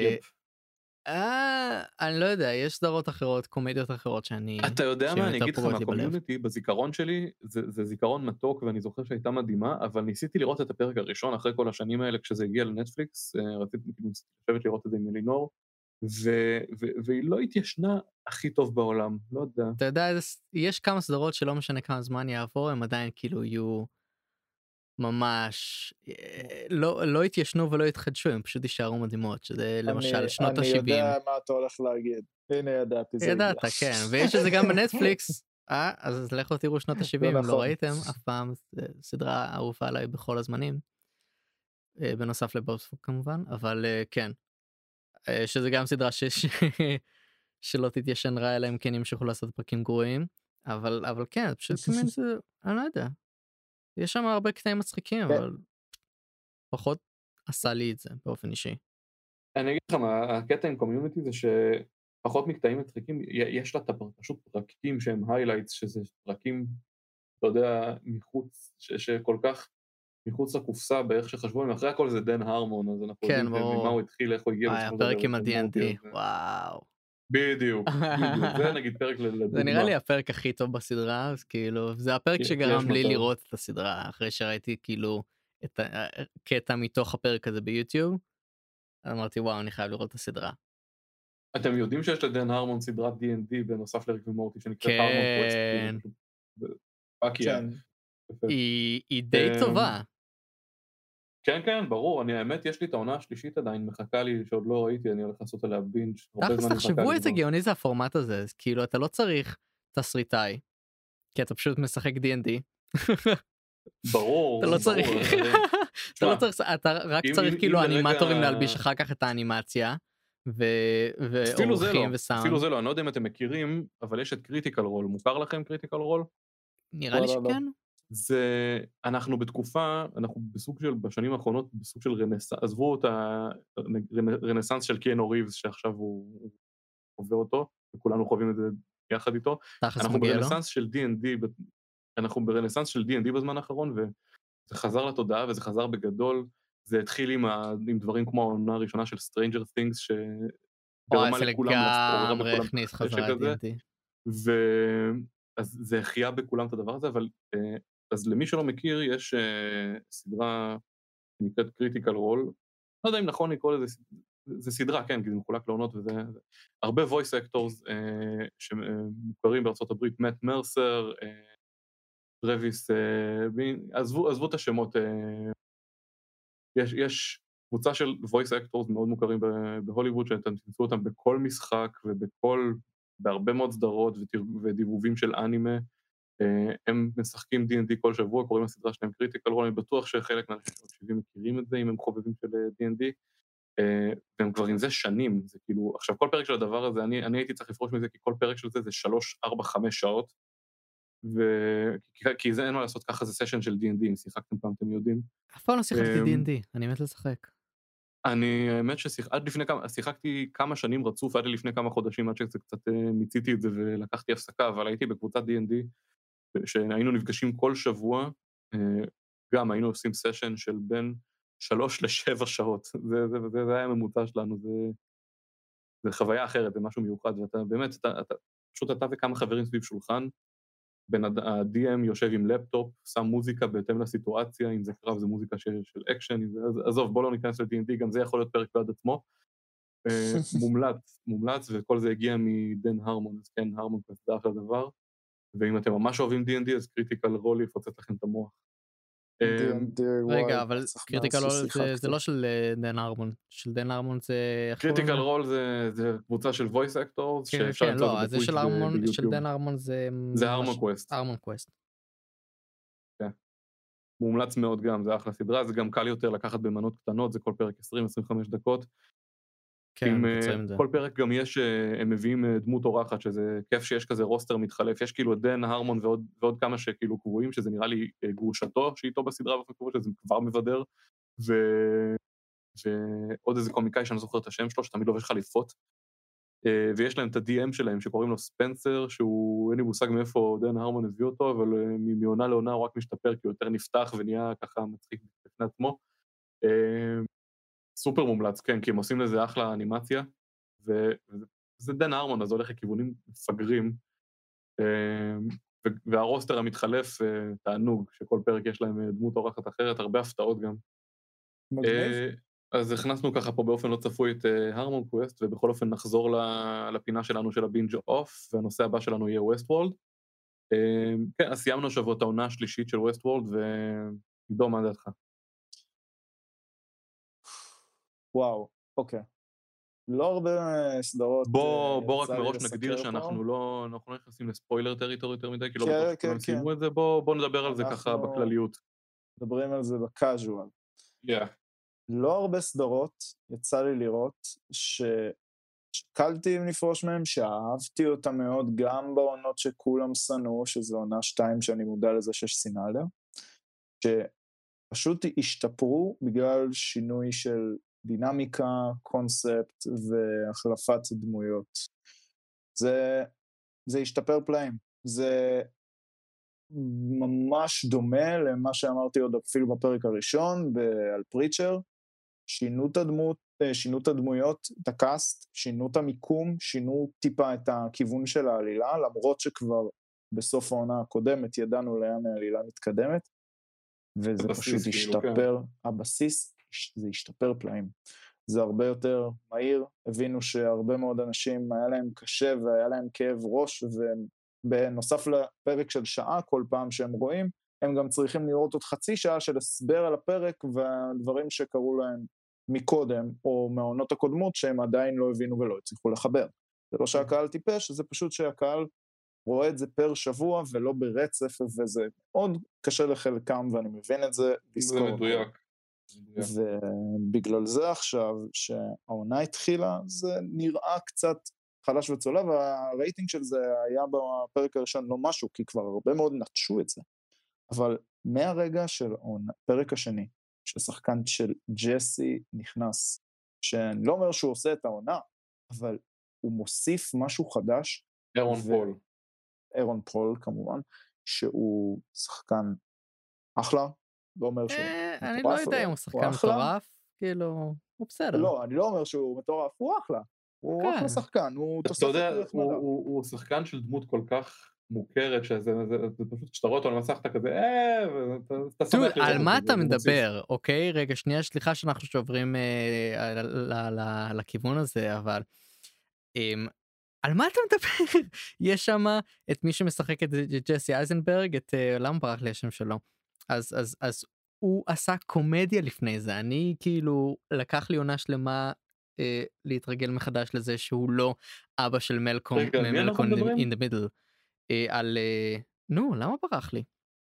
אני לא יודע, יש סדרות אחרות, קומדיות אחרות שאני... אתה יודע מה, אני אגיד לך מהקומיוניטי, בזיכרון שלי, זה זיכרון מתוק ואני זוכר שהייתה מדהימה, אבל ניסיתי לראות את הפרק הראשון אחרי כל השנים האלה כשזה הגיע לנטפליקס, רציתי לשבת לראות את זה עם אלינור, והיא לא התיישנה הכי טוב בעולם, לא יודע. אתה יודע, יש כמה סדרות שלא משנה כמה זמן יעבור, הם עדיין כאילו יהיו ממש, לא, לא התיישנו ולא התחדשו, הם פשוט יישארו מדהימות, שזה למשל שנות ה-שבעים. אני יודע מה אתה הולך להגיד, הנה ידעתי. ידעת, כן, ויש את זה גם בנטפליקס, אה, אז לכו תראו שנות ה-שבעים, אם לא ראיתם, אף פעם, סדרה אהובה עליי בכל הזמנים, בנוסף לבוספוק כמובן, אבל כן, שזה גם סדרה שלא תתיישן רע אלא אם כן ימשיכו לעשות פרקים גרועים, אבל, אבל כן, פשוט כמין זה, אני לא יודע. יש שם הרבה קטעים מצחיקים, אבל פחות עשה לי את זה באופן אישי. אני אגיד לך מה, הקטע עם קומיוניטי זה שפחות מקטעים מצחיקים, יש לה פשוט פרקים שהם היילייטס, שזה פרקים, אתה יודע, מחוץ, שכל כך מחוץ לקופסה באיך שחשבו, אם אחרי הכל זה דן הרמון, אז אנחנו יודעים ממה הוא התחיל, איך הוא הגיע. וואי, הפרק עם ה-די אנד די, וואו. בדיוק, זה נגיד פרק לדוגמה. זה נראה לי הפרק הכי טוב בסדרה, אז כאילו, זה הפרק שגרם לי לראות את הסדרה, אחרי שראיתי כאילו את הקטע מתוך הפרק הזה ביוטיוב, אמרתי וואו, אני חייב לראות את הסדרה. אתם יודעים שיש לדן הרמון סדרת די אנד די בנוסף לריק ומורטי, שנקראת הרמון קווסט. כן. היא די טובה. כן, כן, ברור, אני האמת, יש לי את העונה השלישית עדיין, מחכה לי שעוד לא ראיתי, אני הולך לעשות עליה בינג'. תחשבו איזה גאוני זה הפורמט הזה, כאילו אתה לא צריך תסריטאי, כי אתה פשוט משחק די אנד די. ברור. אתה לא צריך, אתה לא צריך, אתה רק צריך כאילו אנימטורים להלביש אחר כך את האנימציה, ואורחים וסאונד. אפילו זה לא, אני לא יודע אם אתם מכירים, אבל יש את קריטיקל רול, מוכר לכם קריטיקל רול? נראה לי שכן. זה, אנחנו בתקופה, אנחנו בסוג של, בשנים האחרונות, בסוג של רנסנס, עזבו את הרנסנס של קיאנו ריבס, שעכשיו הוא חווה אותו, וכולנו חווים את זה יחד איתו. אנחנו ברנסנס של די אנד די, אנחנו ברנסנס של די אנד די בזמן האחרון, וזה חזר לתודעה, וזה חזר בגדול, זה התחיל עם, ה, עם דברים כמו העונה הראשונה של Stranger Things, גרמה לכולם לעורר לגמרי בכולם הכניס את חזרה החשק את הזה, די אנד די. ואז זה החיה בכולם את הדבר הזה, אבל אז למי שלא מכיר, יש סדרה שנקראת Critical Role, לא יודע אם נכון לקרוא לזה, זה סדרה, כן, כי זה מחולק לעונות, וזה הרבה voice actors שמוכרים בארצות הברית, מאט מרסר, טרוויס, עזבו, עזבו את השמות, יש, יש קבוצה של voice actors מאוד מוכרים בהוליווד, שאתם תמצאו אותם בכל משחק, ובכל, בהרבה מאוד סדרות ודיבובים של אנימה, הם משחקים די אנד די כל שבוע, קוראים לסדרה שלהם Critical Role, אני בטוח שחלק מהאנשים שבעים מכירים את זה, אם הם חובבים של די אנד די, והם כבר עם זה שנים, זה כאילו, עכשיו כל פרק של הדבר הזה, אני, אני הייתי צריך לפרוש מזה, כי כל פרק של זה זה שלוש, ארבע, חמש שעות, ו... כי זה אין מה לעשות, ככה זה סשן של די אנד די, אם שיחקתם פעם, אתם יודעים. אף פעם לא שיחקתי די אנד די, אני מת לשחק. אני, האמת שעד לפני כמה, שיחקתי כמה שנים רצוף, עד לפני כמה חודשים, עד שזה קצת מיציתי את זה ולקחתי הפסקה, אבל הייתי בקבוצת די אנד די, שהיינו נפגשים כל שבוע, גם היינו עושים סשן של בין שלוש לשבע שעות, זה, זה, זה, זה היה הממוצע שלנו, זה, זה חוויה אחרת, זה משהו מיוחד, ואתה באמת, אתה, אתה, פשוט אתה וכמה חברים סביב שולחן, בין ה-די אם יושב עם לפטופ, שם מוזיקה בהתאם לסיטואציה, אם זה קרב זה מוזיקה של, של אקשן, זה, אז, עזוב, בוא לא ניכנס ל-די אנד די, גם זה יכול להיות פרק בעד עצמו, מומלץ, מומלץ, וכל זה הגיע מדן הרמון, אז כן, הרמון כסדה אחלה דבר, ואם אתם ממש אוהבים די אנד די, אז קריטיקל רול יפוצץ לכם את המוח. רגע, אבל קריטיקל רול זה לא של דן הרמון, של דן הרמון זה... קריטיקל רול זה קבוצה של voice actors, שאפשר למצוא את זה בטוויץ' ביוטיוב. של דן הרמון זה... זה הרמון קווסט. הרמון קווסט. כן. מומלץ מאוד גם, זה אחלה סדרה, זה גם קל יותר לקחת במנות קטנות, זה כל פרק עשרים עד עשרים וחמש דקות. כן, כל פרק גם יש, הם מביאים דמות אורחת, שזה כיף שיש כזה רוסטר מתחלף, יש כאילו דן הרמון ועוד, ועוד כמה שכאילו קבועים, שזה נראה לי גרושתו שאיתו בסדרה, שזה כבר מבדר, ו... ועוד איזה קומיקאי שאני זוכר את השם שלו, שתמיד לובש חליפות, ויש להם את ה-די אם שלהם שקוראים לו ספנסר, שהוא, אין לי מושג מאיפה דן הרמון הביא אותו, אבל מעונה לעונה הוא רק משתפר, כי הוא יותר נפתח ונהיה ככה מצחיק בפני עצמו. סופר מומלץ, כן, כי הם עושים לזה אחלה אנימציה, וזה דן הרמון, אז הולך לכיוונים מפגרים, והרוסטר המתחלף תענוג, שכל פרק יש להם דמות אורחת אחרת, הרבה הפתעות גם. אז הכנסנו ככה פה באופן לא צפוי את הרמון קווסט, ובכל אופן נחזור לפינה שלנו של הבינג' אוף, והנושא הבא שלנו יהיה ווסטוורלד. כן, אז סיימנו שבוע את העונה השלישית של ווסטוורלד, ועידו, מה דעתך? וואו, אוקיי. לא הרבה סדרות... בוא, בוא רק מראש נגדיר שאנחנו לא, אנחנו לא נכנסים לספוילר טריטורי יותר מדי, כי לא בטוח שכולם סיימו את זה, בוא נדבר על זה ככה בכלליות. מדברים על זה בקאז'ואל. כן. לא הרבה סדרות, יצא לי לראות, שקלתי אם נפרוש מהם, שאהבתי אותה מאוד, גם בעונות שכולם שנאו, שזו עונה שתיים שאני מודע לזה שיש שנאה עליה, שפשוט השתפרו בגלל שינוי של דינמיקה, קונספט והחלפת דמויות. זה, זה השתפר פלאים. זה ממש דומה למה שאמרתי עוד אפילו בפרק הראשון, על פריצ'ר, שינו את הדמות, שינו את הדמויות, את הקאסט, שינו את המיקום, שינו טיפה את הכיוון של העלילה, למרות שכבר בסוף העונה הקודמת ידענו לאן העלילה מתקדמת, וזה פשוט השתפר, הבסיס, זה השתפר פלאים. זה הרבה יותר מהיר, הבינו שהרבה מאוד אנשים היה להם קשה והיה להם כאב ראש, ובנוסף לפרק של שעה כל פעם שהם רואים, הם גם צריכים לראות עוד חצי שעה של הסבר על הפרק והדברים שקרו להם מקודם, או מהעונות הקודמות שהם עדיין לא הבינו ולא הצליחו לחבר. זה לא שהקהל טיפש, זה פשוט שהקהל רואה את זה פר שבוע ולא ברצף, וזה מאוד קשה לחלקם, ואני מבין את זה. זה מדויק. ובגלל זה עכשיו, שהעונה התחילה, זה נראה קצת חלש וצולע, והרייטינג של זה היה בפרק הראשון לא משהו, כי כבר הרבה מאוד נטשו את זה. אבל מהרגע של הפרק השני, ששחקן של ג'סי נכנס, שאני לא אומר שהוא עושה את העונה, אבל הוא מוסיף משהו חדש. אירון ו... פול. אירון פול כמובן, שהוא שחקן אחלה, לא אומר שהוא מטורף. אני לא יודע אם הוא שחקן מטורף, כאילו, הוא בסדר. לא, אני לא אומר שהוא מטורף, הוא אחלה. הוא אחלה שחקן, הוא תוספת נחמדה. הוא שחקן של דמות כל כך מוכרת, שזה פשוט, כשאתה רואה אותו על המסך, אתה כזה, אה, אתה שמח לראות אותו. על מה אתה מדבר, אוקיי? רגע, שנייה, סליחה שאנחנו שעוברים לכיוון הזה, אבל על מה אתה מדבר? יש שם את מי שמשחק את ג'סי אייזנברג, את למה ברח לי השם שלו. אז הוא עשה קומדיה לפני זה, אני כאילו, לקח לי עונה שלמה להתרגל מחדש לזה שהוא לא אבא של מלקום, מלקום in the middle. על, נו, למה ברח לי?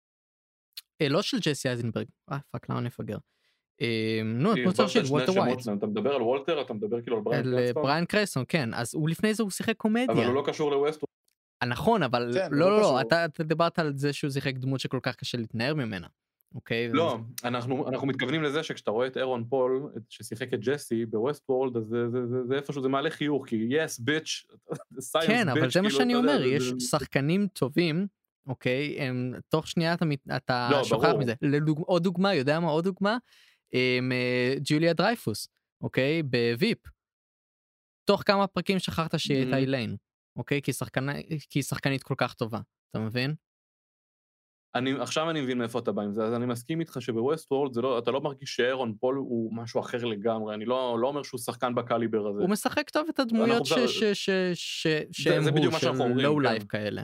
לא של ג'סי אייזנברג, אה, פאק, למה נפגר? נו, את מוצר של וולטר ווייט. אתה מדבר על וולטר, אתה מדבר כאילו על בריין קרסטון? בריין קרסטון, כן, אז הוא לפני זה הוא שיחק קומדיה. אבל הוא לא קשור לווסטווד. נכון, אבל לא, לא, לא, אתה דיברת על זה שהוא שיחק דמות שכל כך קשה להתנער ממנה. אוקיי? לא, אנחנו, אנחנו מתכוונים לזה שכשאתה רואה את אירון פול, ששיחק את ג'סי בווסטוורלד, אז זה, זה, זה, זה איפשהו, זה מעלה חיוך, כי yes, bitch, science, כן, אבל bitch, זה מה כאילו, שאני אתה יודע, אומר, זה- יש זה- שחקנים טובים, אוקיי, הם, תוך שנייה אתה, מת- אתה לא, שוכח ברור. מזה. לדוג- עוד דוגמה, יודע מה עוד דוגמה? הם, אה, ג'וליה דרייפוס, אוקיי, בוויפ. תוך כמה פרקים שכחת שהיא הייתה Mhm. איליין, אוקיי, כי היא שחקנה- כי היא שחקנית כל כך טובה, אתה מבין? אני, עכשיו אני מבין מאיפה אתה בא עם זה, אז אני מסכים איתך שבווסטוורלד, זה לא, אתה לא מרגיש שאירון פול הוא משהו אחר לגמרי, אני לא, לא אומר שהוא שחקן בקליבר הזה. הוא משחק טוב את הדמויות ש- אנחנו- ש- ש- ש- שהם זה הוא, בדיוק מה של שאנחנו אומרים, לואו כן. לייף כאלה.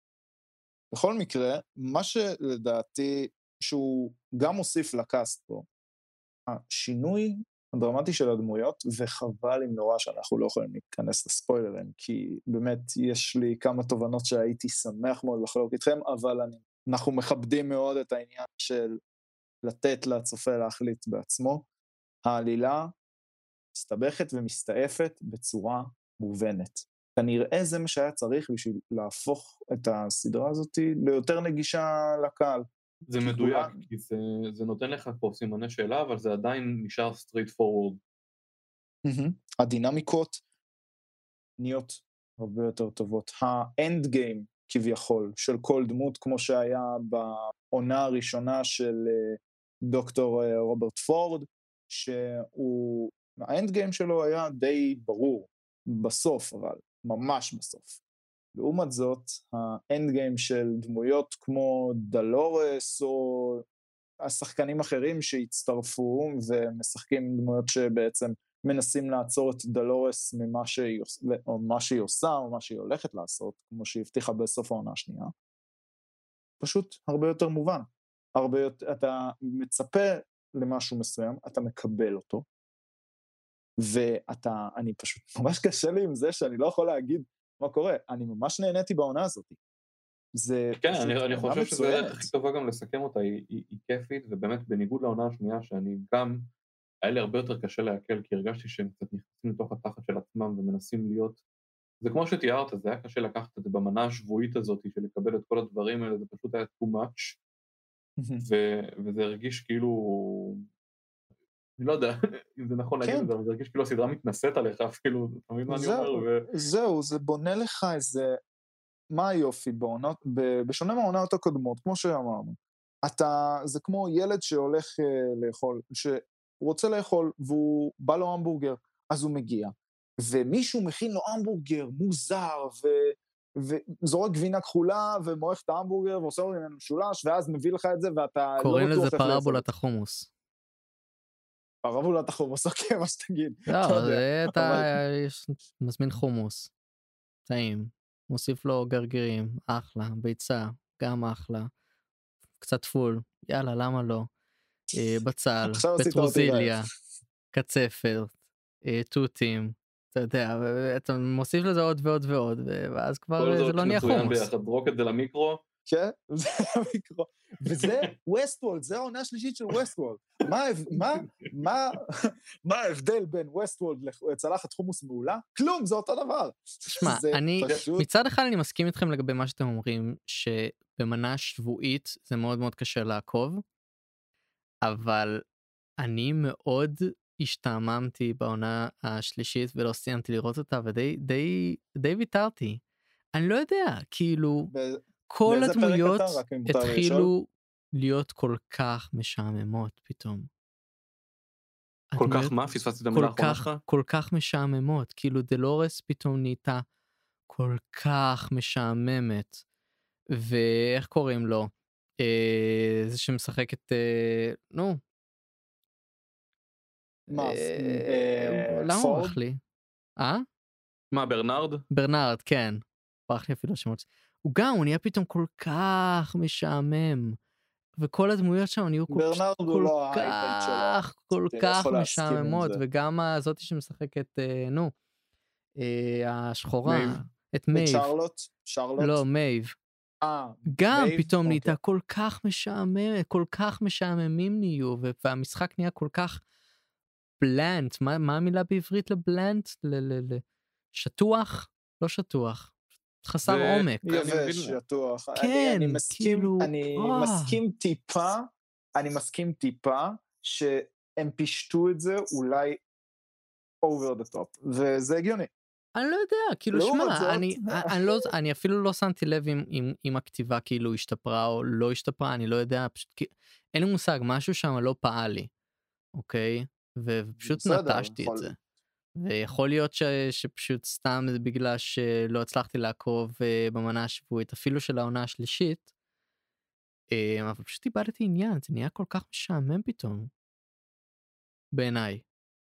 בכל מקרה, מה שלדעתי, שהוא גם מוסיף לקאסט פה, השינוי הדרמטי של הדמויות, וחבל אם נורא שאנחנו לא יכולים להיכנס לספוילרים, כי באמת יש לי כמה תובנות שהייתי שמח מאוד לחלוק איתכם, אבל אני, אנחנו מכבדים מאוד את העניין של לתת לצופה להחליט בעצמו. העלילה מסתבכת ומסתעפת בצורה מובנת. כנראה זה מה שהיה צריך בשביל להפוך את הסדרה הזאת ליותר נגישה לקהל. זה כי מדויק, כולם- כי זה, זה נותן לך פה סימני שאלה, אבל זה עדיין נשאר straight forward. מהמם. הדינמיקות נהיות הרבה יותר טובות. האנד גיים כביכול של כל דמות, כמו שהיה בעונה הראשונה של אה, דוקטור אה, רוברט פורד, שהוא, האנד גיים שלו היה די ברור, בסוף אבל, ממש בסוף. לעומת זאת, האנד גיים של דמויות כמו דלורס או השחקנים אחרים שהצטרפו ומשחקים דמויות שבעצם מנסים לעצור את דלורס ממה שהיא, או מה שהיא עושה או מה שהיא הולכת לעשות, כמו שהיא הבטיחה בסוף העונה השנייה, פשוט הרבה יותר מובן. הרבה יותר, אתה מצפה למשהו מסוים, אתה מקבל אותו, ואתה, אני פשוט, ממש קשה לי עם זה שאני לא יכול להגיד מה קורה, אני ממש נהניתי בעונה הזאת. זה כן, פשוט אני, אני עונה חושב שזה מצוינת. הדרך הכי טובה גם לסכם אותה, היא, היא, היא כיפית, ובאמת בניגוד לעונה השנייה, שאני גם, היה לי הרבה יותר קשה להקל, כי הרגשתי שהם קצת נכנסים לתוך התחת של עצמם, ומנסים להיות, זה כמו שתיארת, זה היה קשה לקחת את זה במנה השבועית הזאת, של לקבל את כל הדברים האלה, זה פשוט היה too much, ו, וזה הרגיש כאילו, אני לא יודע אם זה נכון להגיד כן. את זה, אבל זה הרגיש כאילו הסדרה מתנשאת עליך, אפילו, אתה מבין מה אני זהו, אומר? ו... זהו, זה בונה לך איזה, מה היופי בעונות, ב- בשונה מהעונות הקודמות, כמו שאמרנו, אתה, זה כמו ילד שהולך uh, לאכול, שהוא רוצה לאכול, והוא בא לו המבורגר, אז הוא מגיע, ומישהו מכין לו המבורגר מוזר, ו... וזורק גבינה כחולה, ומועך את ההמבורגר, ועושה לו ממנו משולש, ואז מביא לך את זה, ואתה קוראים לא בטוח לזה איך לאכול. פרבולת החומוס. פרבולת החומוס, אוקיי, מה שתגיד. לא, לא יודע, זה אתה אבל- יש- מזמין חומוס. טעים. מוסיף לו גרגירים, אחלה. ביצה, גם אחלה. קצת פול, יאללה, למה לא? אה, בצל, עכשיו עשית אותי פטרוזיליה, רעב. קצפת, אה, תותים, אתה יודע, ואתה מוסיף לזה עוד ועוד ועוד, ואז כבר כל אה, זה זאת לא נהיה מצוין חומוס. ביחד, זרוק את זה למיקרו, כן, זה המיקרו. וזה ווסטוולד, זה העונה השלישית של ווסטוולד. מה, ההב- מה, מה, מה ההבדל בין ווסטוולד לצלחת חומוס מעולה? כלום, זה אותו דבר. שמע, זה אני, פשוט, מצד אחד אני מסכים איתכם לגבי מה שאתם אומרים, שבמנה שבועית זה מאוד מאוד קשה לעקוב, אבל אני מאוד השתעממתי בעונה השלישית ולא סיימתי לראות אותה, ודי די, די ויתרתי. אני לא יודע, כאילו, ב- כל באיזה פרק הדמויות אתה, רק אם מותר לשאול? התחילו להיות כל כך משעממות פתאום. כל כך מה? פספסתי את המילה האחרונה שלך? כל כך משעממות, כאילו דלורס פתאום נהייתה כל כך משעממת, ואיך קוראים לו? זה שמשחק את, נו. מה? למה הוא הולך לי? אה? מה, ברנרד? ברנרד, כן. פרח לי אפילו שמות. הוא גם, הוא נהיה פתאום כל כך משעמם. וכל הדמויות שם נהיו כל כך, כל כך משעממות, וגם הזאת שמשחקת, נו, השחורה, את מייב. שרלוט? שרלוט? לא, מייב. גם פתאום נהייתה כל כך משעממת, כל כך משעממים נהיו, והמשחק נהיה כל כך בלנט. מה המילה בעברית לבלנט? שטוח? לא שטוח. חסר עומק. יבש, שטוח. כן, אני מסכים, כאילו... אני מסכים טיפה, אני מסכים טיפה, שהם פישטו את זה אולי over the top, וזה הגיוני. אני לא יודע, כאילו, שמע, אני, אני, לא, אני אפילו לא שמתי לב אם, אם, אם הכתיבה כאילו השתפרה או לא השתפרה, אני לא יודע, פשוט, אין לי מושג, משהו שם לא פעל לי, אוקיי? ופשוט נטשתי את זה. ויכול להיות ש, שפשוט סתם זה בגלל שלא הצלחתי לעקוב במנה השבועית, אפילו של העונה השלישית, אבל פשוט איבדתי עניין, זה נהיה כל כך משעמם פתאום, בעיניי.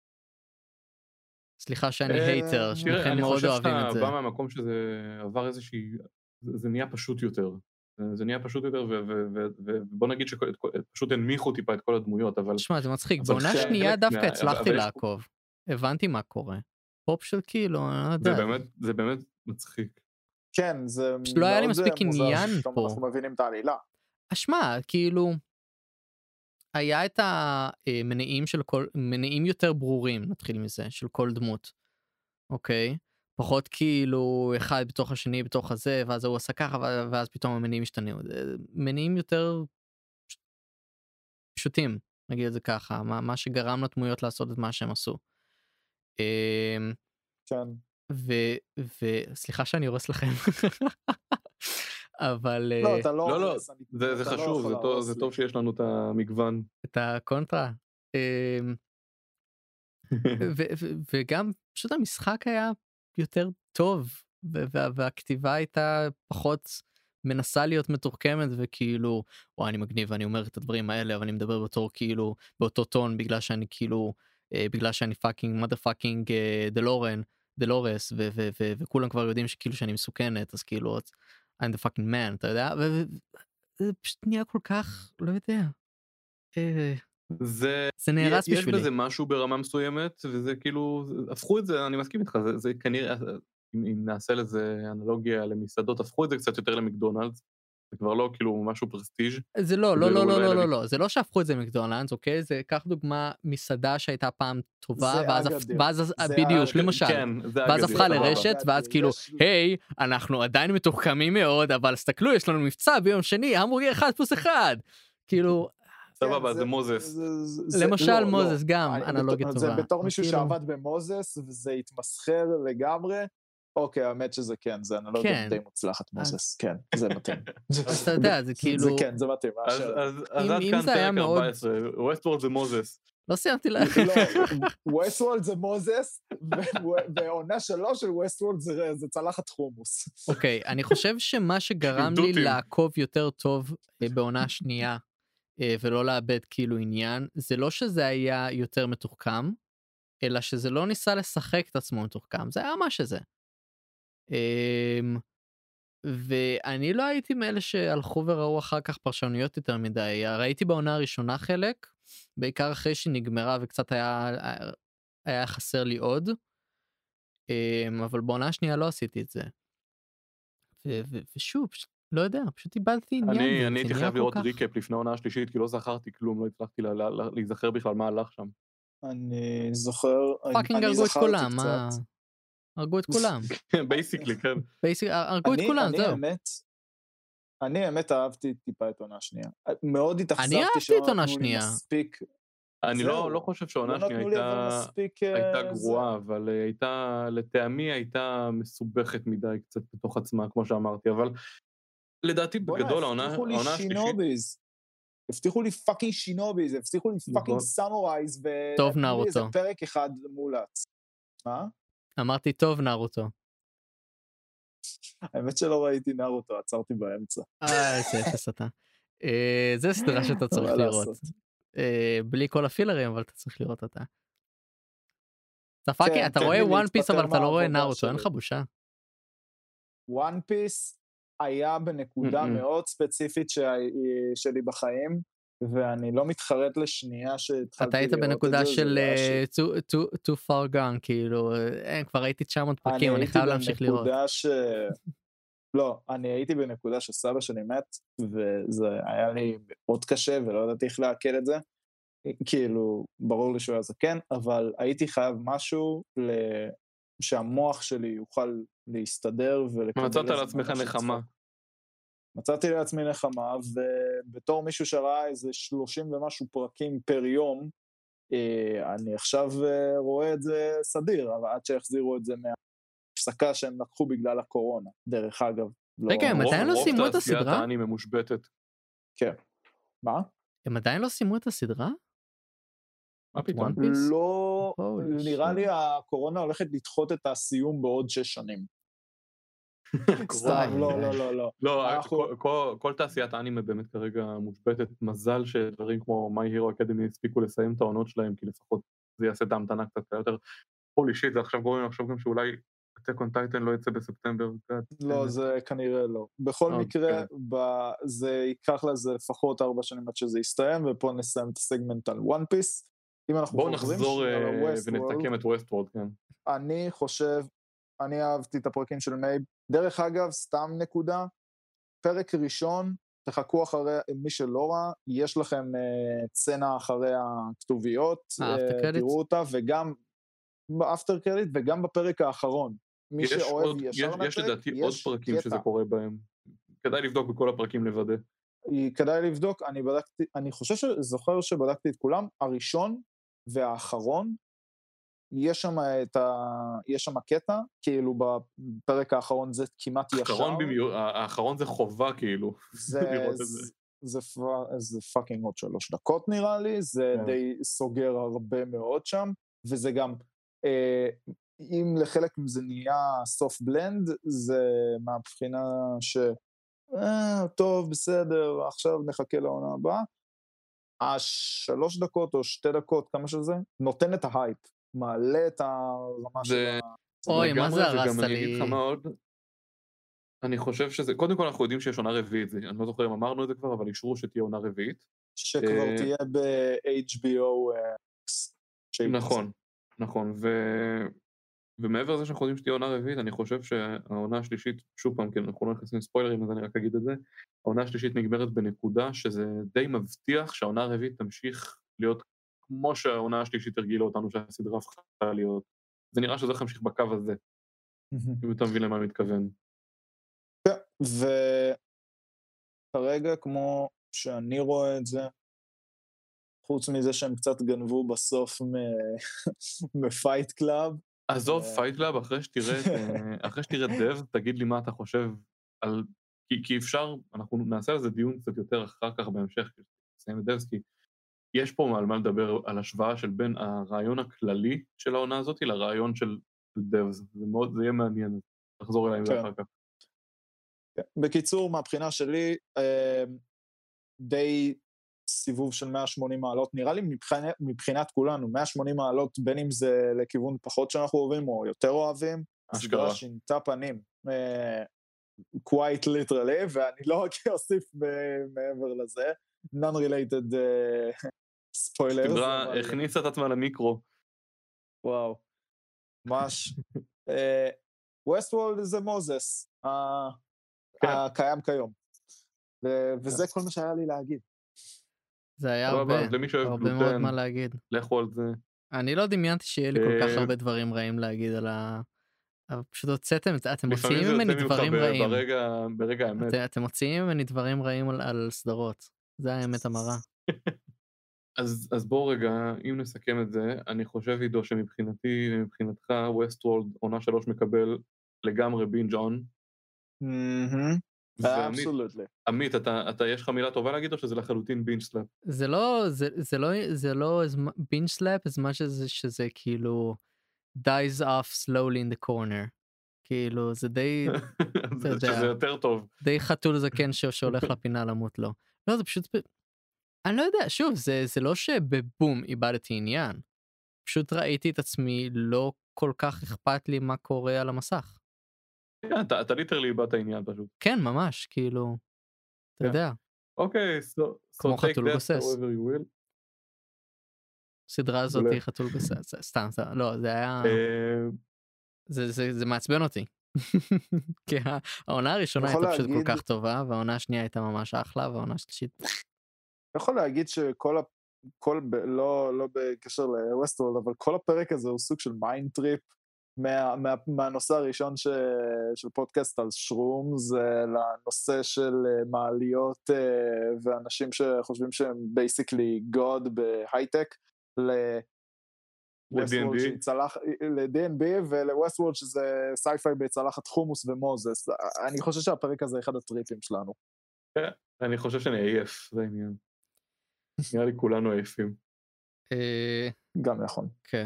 סליחה שאני הייטר, שכם מאוד אוהבים את זה. אני חושב שאתה בא מהמקום שזה עבר איזושהי, זה נהיה פשוט יותר. זה נהיה פשוט יותר, ובוא נגיד שפשוט הנמיכו טיפה את כל הדמויות, אבל... תשמע, זה מצחיק, בעונה שנייה דווקא הצלחתי לעקוב. הבנתי מה קורה. פה פשוט כאילו, אני לא יודע. זה באמת מצחיק. כן, זה... לא היה לי מספיק עניין פה. אנחנו מבינים את העלילה. אשמע, כאילו... היה את המניעים של כל, מניעים יותר ברורים, נתחיל מזה, של כל דמות, אוקיי? פחות כאילו אחד בתוך השני בתוך הזה, ואז הוא עשה ככה, ואז פתאום המניעים השתנו. מניעים יותר פשוטים, נגיד את זה ככה, מה, מה שגרם לתמויות לעשות את מה שהם עשו. כן. וסליחה שאני הורס לכם. אבל... לא, אתה לא... לא, לא, זה חשוב, זה טוב שיש לנו את המגוון. את הקונטרה. וגם פשוט המשחק היה יותר טוב, והכתיבה הייתה פחות מנסה להיות מתוחכמת, וכאילו, וואי, אני מגניב, ואני אומר את הדברים האלה, אבל אני מדבר בתור כאילו, באותו טון, בגלל שאני כאילו, בגלל שאני פאקינג, mother fucking דלורן, דלורס, וכולם כבר יודעים שכאילו שאני מסוכנת, אז כאילו, I'm the fucking man, אתה יודע? וזה פשוט נהיה כל כך, לא יודע. זה, זה נהרס בשבילי. יש בזה משהו ברמה מסוימת, וזה כאילו, הפכו את זה, אני מסכים איתך, זה, זה כנראה, אם נעשה לזה אנלוגיה למסעדות, הפכו את זה קצת יותר למקדונלדס, זה כבר לא כאילו משהו פרסטיג'. זה לא, לא, לא, לא, לא, לא, לא, זה לא שהפכו את זה למקדונלדס, אוקיי? זה, קח דוגמה, מסעדה שהייתה פעם טובה, ואז, בדיוק, למשל, ואז הפכה לרשת, ואז כאילו, היי, אנחנו עדיין מתוחכמים מאוד, אבל סתכלו, יש לנו מבצע ביום שני, המבורגר אחד פלוס אחד, כאילו... סבבה, זה מוזס. למשל מוזס גם, אנלוגיה טובה. זה בתור מישהו שעבד במוזס, וזה התמסחר לגמרי, אוקיי, האמת שזה כן, זה אנלוגיה די מוצלחת מוזס, כן, זה מתאים. אז אתה יודע, זה כאילו... זה כן, זה מתאים. אז עד כאן פרק ארבע עשרה, ווסטוורד זה מוזס. לא סיימתי לה... לא, ווסטוורד זה מוזס, ועונה שלוש של ווסטוורד זה צלחת חומוס. אוקיי, אני חושב שמה שגרם לי לעקוב יותר טוב בעונה שנייה, ולא לאבד כאילו עניין, זה לא שזה היה יותר מתוחכם, אלא שזה לא ניסה לשחק את עצמו מתוחכם, זה היה מה שזה. ואני לא הייתי מאלה שהלכו וראו אחר כך פרשנויות יותר מדי, ראיתי בעונה הראשונה חלק, בעיקר אחרי שהיא נגמרה וקצת היה, היה חסר לי עוד, אבל בעונה השנייה לא עשיתי את זה. ושוב, פשוט לא יודע, פשוט איבדתי עניין. אני הייתי חייב לראות ריקאפ לפני העונה השלישית, כי לא זכרתי כלום, לא הצלחתי להיזכר בכלל מה הלך שם. אני זוכר, פאקינג הרגו את כולם, מה? הרגו את כולם. בייסיקלי, כן. הרגו את כולם, זהו. אני האמת אהבתי טיפה את העונה השנייה. מאוד התאכזבתי אני אהבתי את העונה שנייה. אני לא חושב שהעונה שנייה הייתה גרועה, אבל הייתה, לטעמי הייתה מסובכת מדי קצת בתוך עצמה, כמו שאמרתי, אבל לדעתי בגדול העונה השלישית... הבטיחו לי פאקינג שינוביז, הבטיחו לי פאקינג סמורייז, טוב נרוטו. איזה פרק אחד מולץ. מה? אמרתי טוב נרוטו. האמת שלא ראיתי נרוטו, עצרתי באמצע. אה, איזה אפס אתה. זה סדרה שאתה צריך לראות. בלי כל הפילרים, אבל אתה צריך לראות אותה. אתה פאקינג, אתה רואה וואן פיס, אבל אתה לא רואה נרוטו, אין לך בושה. וואן פיס היה בנקודה מאוד ספציפית שלי בחיים, ואני לא מתחרט לשנייה שהתחלתי אתה היית בנקודה של too far gone, כאילו, כבר הייתי תשע מאות פרקים, אני חייב להמשיך לראות. אני הייתי בנקודה ש... לא, אני הייתי בנקודה שסבא שלי מת, וזה היה לי מאוד קשה, ולא ידעתי איך להקל את זה, כאילו, ברור לי שהוא היה זקן, אבל הייתי חייב משהו שהמוח שלי יוכל להסתדר ולקבל... מצאת לעצמך נחמה. מצאתי לעצמי נחמה, ובתור מישהו שראה איזה שלושים ומשהו פרקים פר יום, אני עכשיו רואה את זה סדיר, אבל עד שהחזירו את זה מהפסקה שהם לקחו בגלל הקורונה, דרך אגב. רגע, הם עדיין לא סיימו את הסדרה? רוב תעשיית האנימה ממושבתת. כן. מה? הם עדיין לא סיימו את הסדרה? מה פתאום? לא, נראה לי הקורונה הולכת לדחות את הסיום בעוד שש שנים. סתם, לא, לא, לא, לא. לא, כל תעשיית האנימה באמת כרגע מושבתת, מזל שדברים כמו My Hero Academy הספיקו לסיים את העונות שלהם, כי לפחות זה יעשה את ההמתנה קצת יותר. הולי שיט, זה עכשיו גורם לחשוב גם שאולי Attack on Titan לא יצא בספטמבר. לא, זה כנראה לא. בכל מקרה, זה ייקח לזה לפחות ארבע שנים עד שזה יסתיים, ופה נסיים את הסגמנט על One Piece. בואו נחזור ונסתכם את Westworld, כן. אני חושב, אני אהבתי את הפרקים של מייב. דרך אגב, סתם נקודה, פרק ראשון, תחכו אחרי, מי שלא ראה, יש לכם צנה אחרי הכתוביות, תראו אותה, וגם באפטר קרדיט, וגם בפרק האחרון. מי שאוהב ישר נתק, יש לדעתי עוד פרקים שזה קורה בהם. כדאי לבדוק בכל הפרקים לוודא. כדאי לבדוק, אני בדקתי, אני חושב שזוכר שבדקתי את כולם, הראשון והאחרון, יש שם את ה... יש שם קטע, כאילו בפרק האחרון זה כמעט ישר. האחרון זה חובה, כאילו, לראות את זה. זה פאקינג עוד שלוש דקות נראה לי, זה די סוגר הרבה מאוד שם, וזה גם, אם לחלק זה נהיה סוף בלנד, זה מהבחינה ש... טוב, בסדר, עכשיו נחכה לעונה הבאה. השלוש דקות או שתי דקות, כמה שזה, נותן את ההייפ. מעלה את הרמה של ה... אוי, מה זה הרסת לי? אני חושב שזה, קודם כל אנחנו יודעים שיש עונה רביעית, אני לא זוכר אם אמרנו את זה כבר, אבל אישרו שתהיה עונה רביעית. שכבר תהיה ב-אייץ' בי או. נכון, נכון, ומעבר לזה שאנחנו יודעים שתהיה עונה רביעית, אני חושב שהעונה השלישית, שוב פעם, כן, אנחנו לא נכנסים ספוילרים, אז אני רק אגיד את זה, העונה השלישית נגמרת בנקודה שזה די מבטיח שהעונה הרביעית תמשיך להיות כמו שהעונה השלישית הרגילה אותנו שהסדרה הפכה להיות. זה נראה שזה ימשיך בקו הזה. אם אתה מבין למה אני מתכוון. כן, וכרגע כמו שאני רואה את זה, חוץ מזה שהם קצת גנבו בסוף מפייט קלאב. עזוב, פייט קלאב, אחרי שתראה, אחרי שתראה דב, תגיד לי מה אתה חושב על... כי אפשר, אנחנו נעשה על זה דיון קצת יותר אחר כך בהמשך, נסיים את דב, כי יש פה על מה לדבר על השוואה של בין הרעיון הכללי של העונה הזאת לרעיון של דבס. זה מאוד, זה יהיה מעניין. תחזור אליי אחר כך. בקיצור, מהבחינה שלי, די סיבוב של מאה ושמונים מעלות, נראה לי מבחינת כולנו, מאה ושמונים מעלות, בין אם זה לכיוון פחות שאנחנו אוהבים, או יותר אוהבים, סדרה שינתה פנים. quite literally, ואני לא רק אוסיף מעבר לזה, non-related ספוילר. סדרה הכניסה את עצמה למיקרו. וואו. ממש. Westworld זה מוזס. הקיים כיום. וזה כל מה שהיה לי להגיד. זה היה הרבה. הרבה מאוד מה להגיד. לכו על זה. אני לא דמיינתי שיהיה לי כל כך הרבה דברים רעים להגיד על ה... אבל פשוט הוצאתם, אתם מוציאים ממני דברים רעים. ברגע האמת. אתם מוציאים ממני דברים רעים על סדרות. זה האמת המרה. אז, אז בוא רגע, אם נסכם את זה, אני חושב עידו שמבחינתי ומבחינתך, ווסטוורלד עונה שלוש מקבל לגמרי בינג' און. Absolutely. עמית, אתה יש לך מילה טובה להגיד או שזה לחלוטין בינג' סלאפ? זה לא, זה לא, זה לא בינג' סלאפ, as much as שזה כאילו dies off slowly in the corner. כאילו זה די, אתה יודע, שזה יותר טוב. די חתול זקן שהולך לפינה למות לו. לא, זה פשוט, אני לא יודע, שוב, זה, זה לא שבבום איבדתי עניין. פשוט ראיתי את עצמי, לא כל כך אכפת לי מה קורה על המסך. כן, אתה, אתה ליטרלי איבדת העניין פשוט. כן, ממש, כאילו, אתה יודע. אוקיי, so, כמו so חתול take גוסס. that however you will. סדרה הזאת היא חתול גוסס, סתם, לא, זה היה, זה, זה, זה מעצבן אותי. כי העונה הראשונה הייתה פשוט כל כך טובה, והעונה השנייה הייתה ממש אחלה, והעונה השלישית. יכול להגיד שכל, כל, לא, לא בקשר לווסטוורלד, אבל כל הפרק הזה הוא סוג של מיינד טריפ, מה, מה, מהנושא הראשון ש, של פודקאסט על שרום, זה לנושא של מעליות ואנשים שחושבים שהם basically God בהייטק, ל-די אנד בי ולווסטוורלד שזה סייפיי בצלחת חומוס ומוזס. אני חושב שהפרק הזה אחד הטריפים שלנו. כן, אני חושב שאני עייף, זה העניין. נראה לי כולנו עייפים. גם נכון. כן.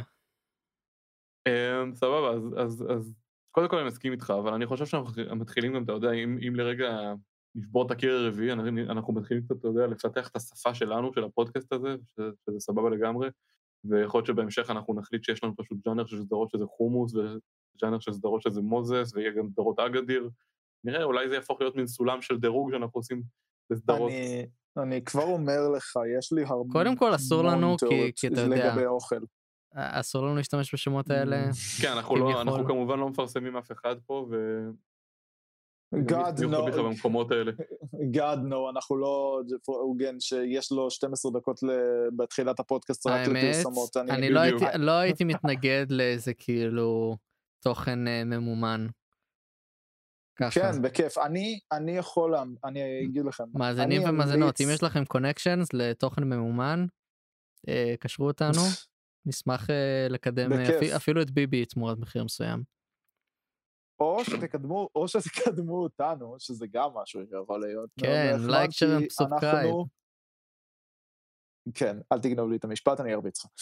סבבה, אז קודם כל אני מסכים איתך, אבל אני חושב שאנחנו מתחילים גם, אתה יודע, אם לרגע נשבור את הקיר הרביעי, אנחנו מתחילים קצת, אתה יודע, לפתח את השפה שלנו, של הפודקאסט הזה, שזה סבבה לגמרי, ויכול להיות שבהמשך אנחנו נחליט שיש לנו פשוט ג'אנר של סדרות שזה חומוס, וג'אנר של סדרות שזה מוזס, ויהיה גם סדרות אגדיר. נראה, אולי זה יהפוך להיות מין סולם של דירוג שאנחנו עושים בסדרות. אני כבר אומר לך, יש לי הרבה... קודם כל אסור לנו, כי אתה יודע... לגבי אוכל. אסור לנו להשתמש בשמות האלה. כן, אנחנו כמובן לא מפרסמים אף אחד פה, ו... God no, במקומות האלה. God no, אנחנו לא, הוגן שיש לו שתים עשרה דקות בתחילת הפודקאסט רק לפרסמות. אני לא הייתי מתנגד לאיזה כאילו תוכן ממומן. כן, בכיף. אני יכול, אני אגיד לכם. מאזינים ומאזינות, אם יש לכם קונקשנס לתוכן ממומן, קשרו אותנו, נשמח לקדם אפילו את ביבי תמורת מחיר מסוים. או שתקדמו, או שתקדמו אותנו, שזה גם משהו שיכול להיות. כן, לייק, שייר וסאבסקרייב. כן, אל תגנוב לי את המשפט, אני ארביץ לך.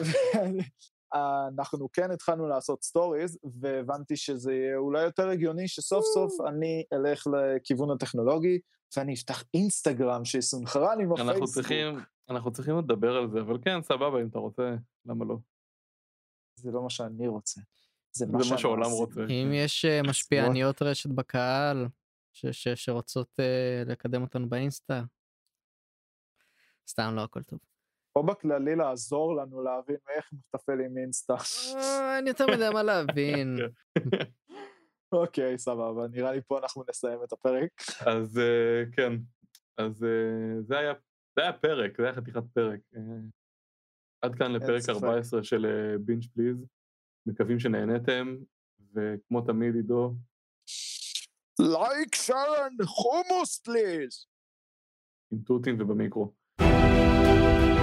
אנחנו כן התחלנו לעשות סטוריז, והבנתי שזה אולי יותר הגיוני שסוף סוף אני אלך לכיוון הטכנולוגי, ואני אפתח אינסטגרם שיסונכרן עם הפייסבוק. אנחנו צריכים לדבר על זה, אבל כן, סבבה, אם אתה רוצה, למה לא? זה לא מה שאני רוצה. זה מה שהעולם רוצה. אם יש משפיעניות רשת בקהל, שרוצות לקדם אותנו באינסטה, סתם לא הכל טוב. או בכללי לעזור לנו להבין איך מתפעל עם אינסטה. אני יותר יודע מה להבין. אוקיי, סבבה, נראה לי פה אנחנו נסיים את הפרק. אז כן, אז זה היה פרק, זה היה חתיכת פרק. עד כאן לפרק ארבע עשרה של בינג' פליז. מקווים שנהנתם, וכמו תמיד עידו. לייק, שרן, חומוס פליז. עם תותים ובמיקרו.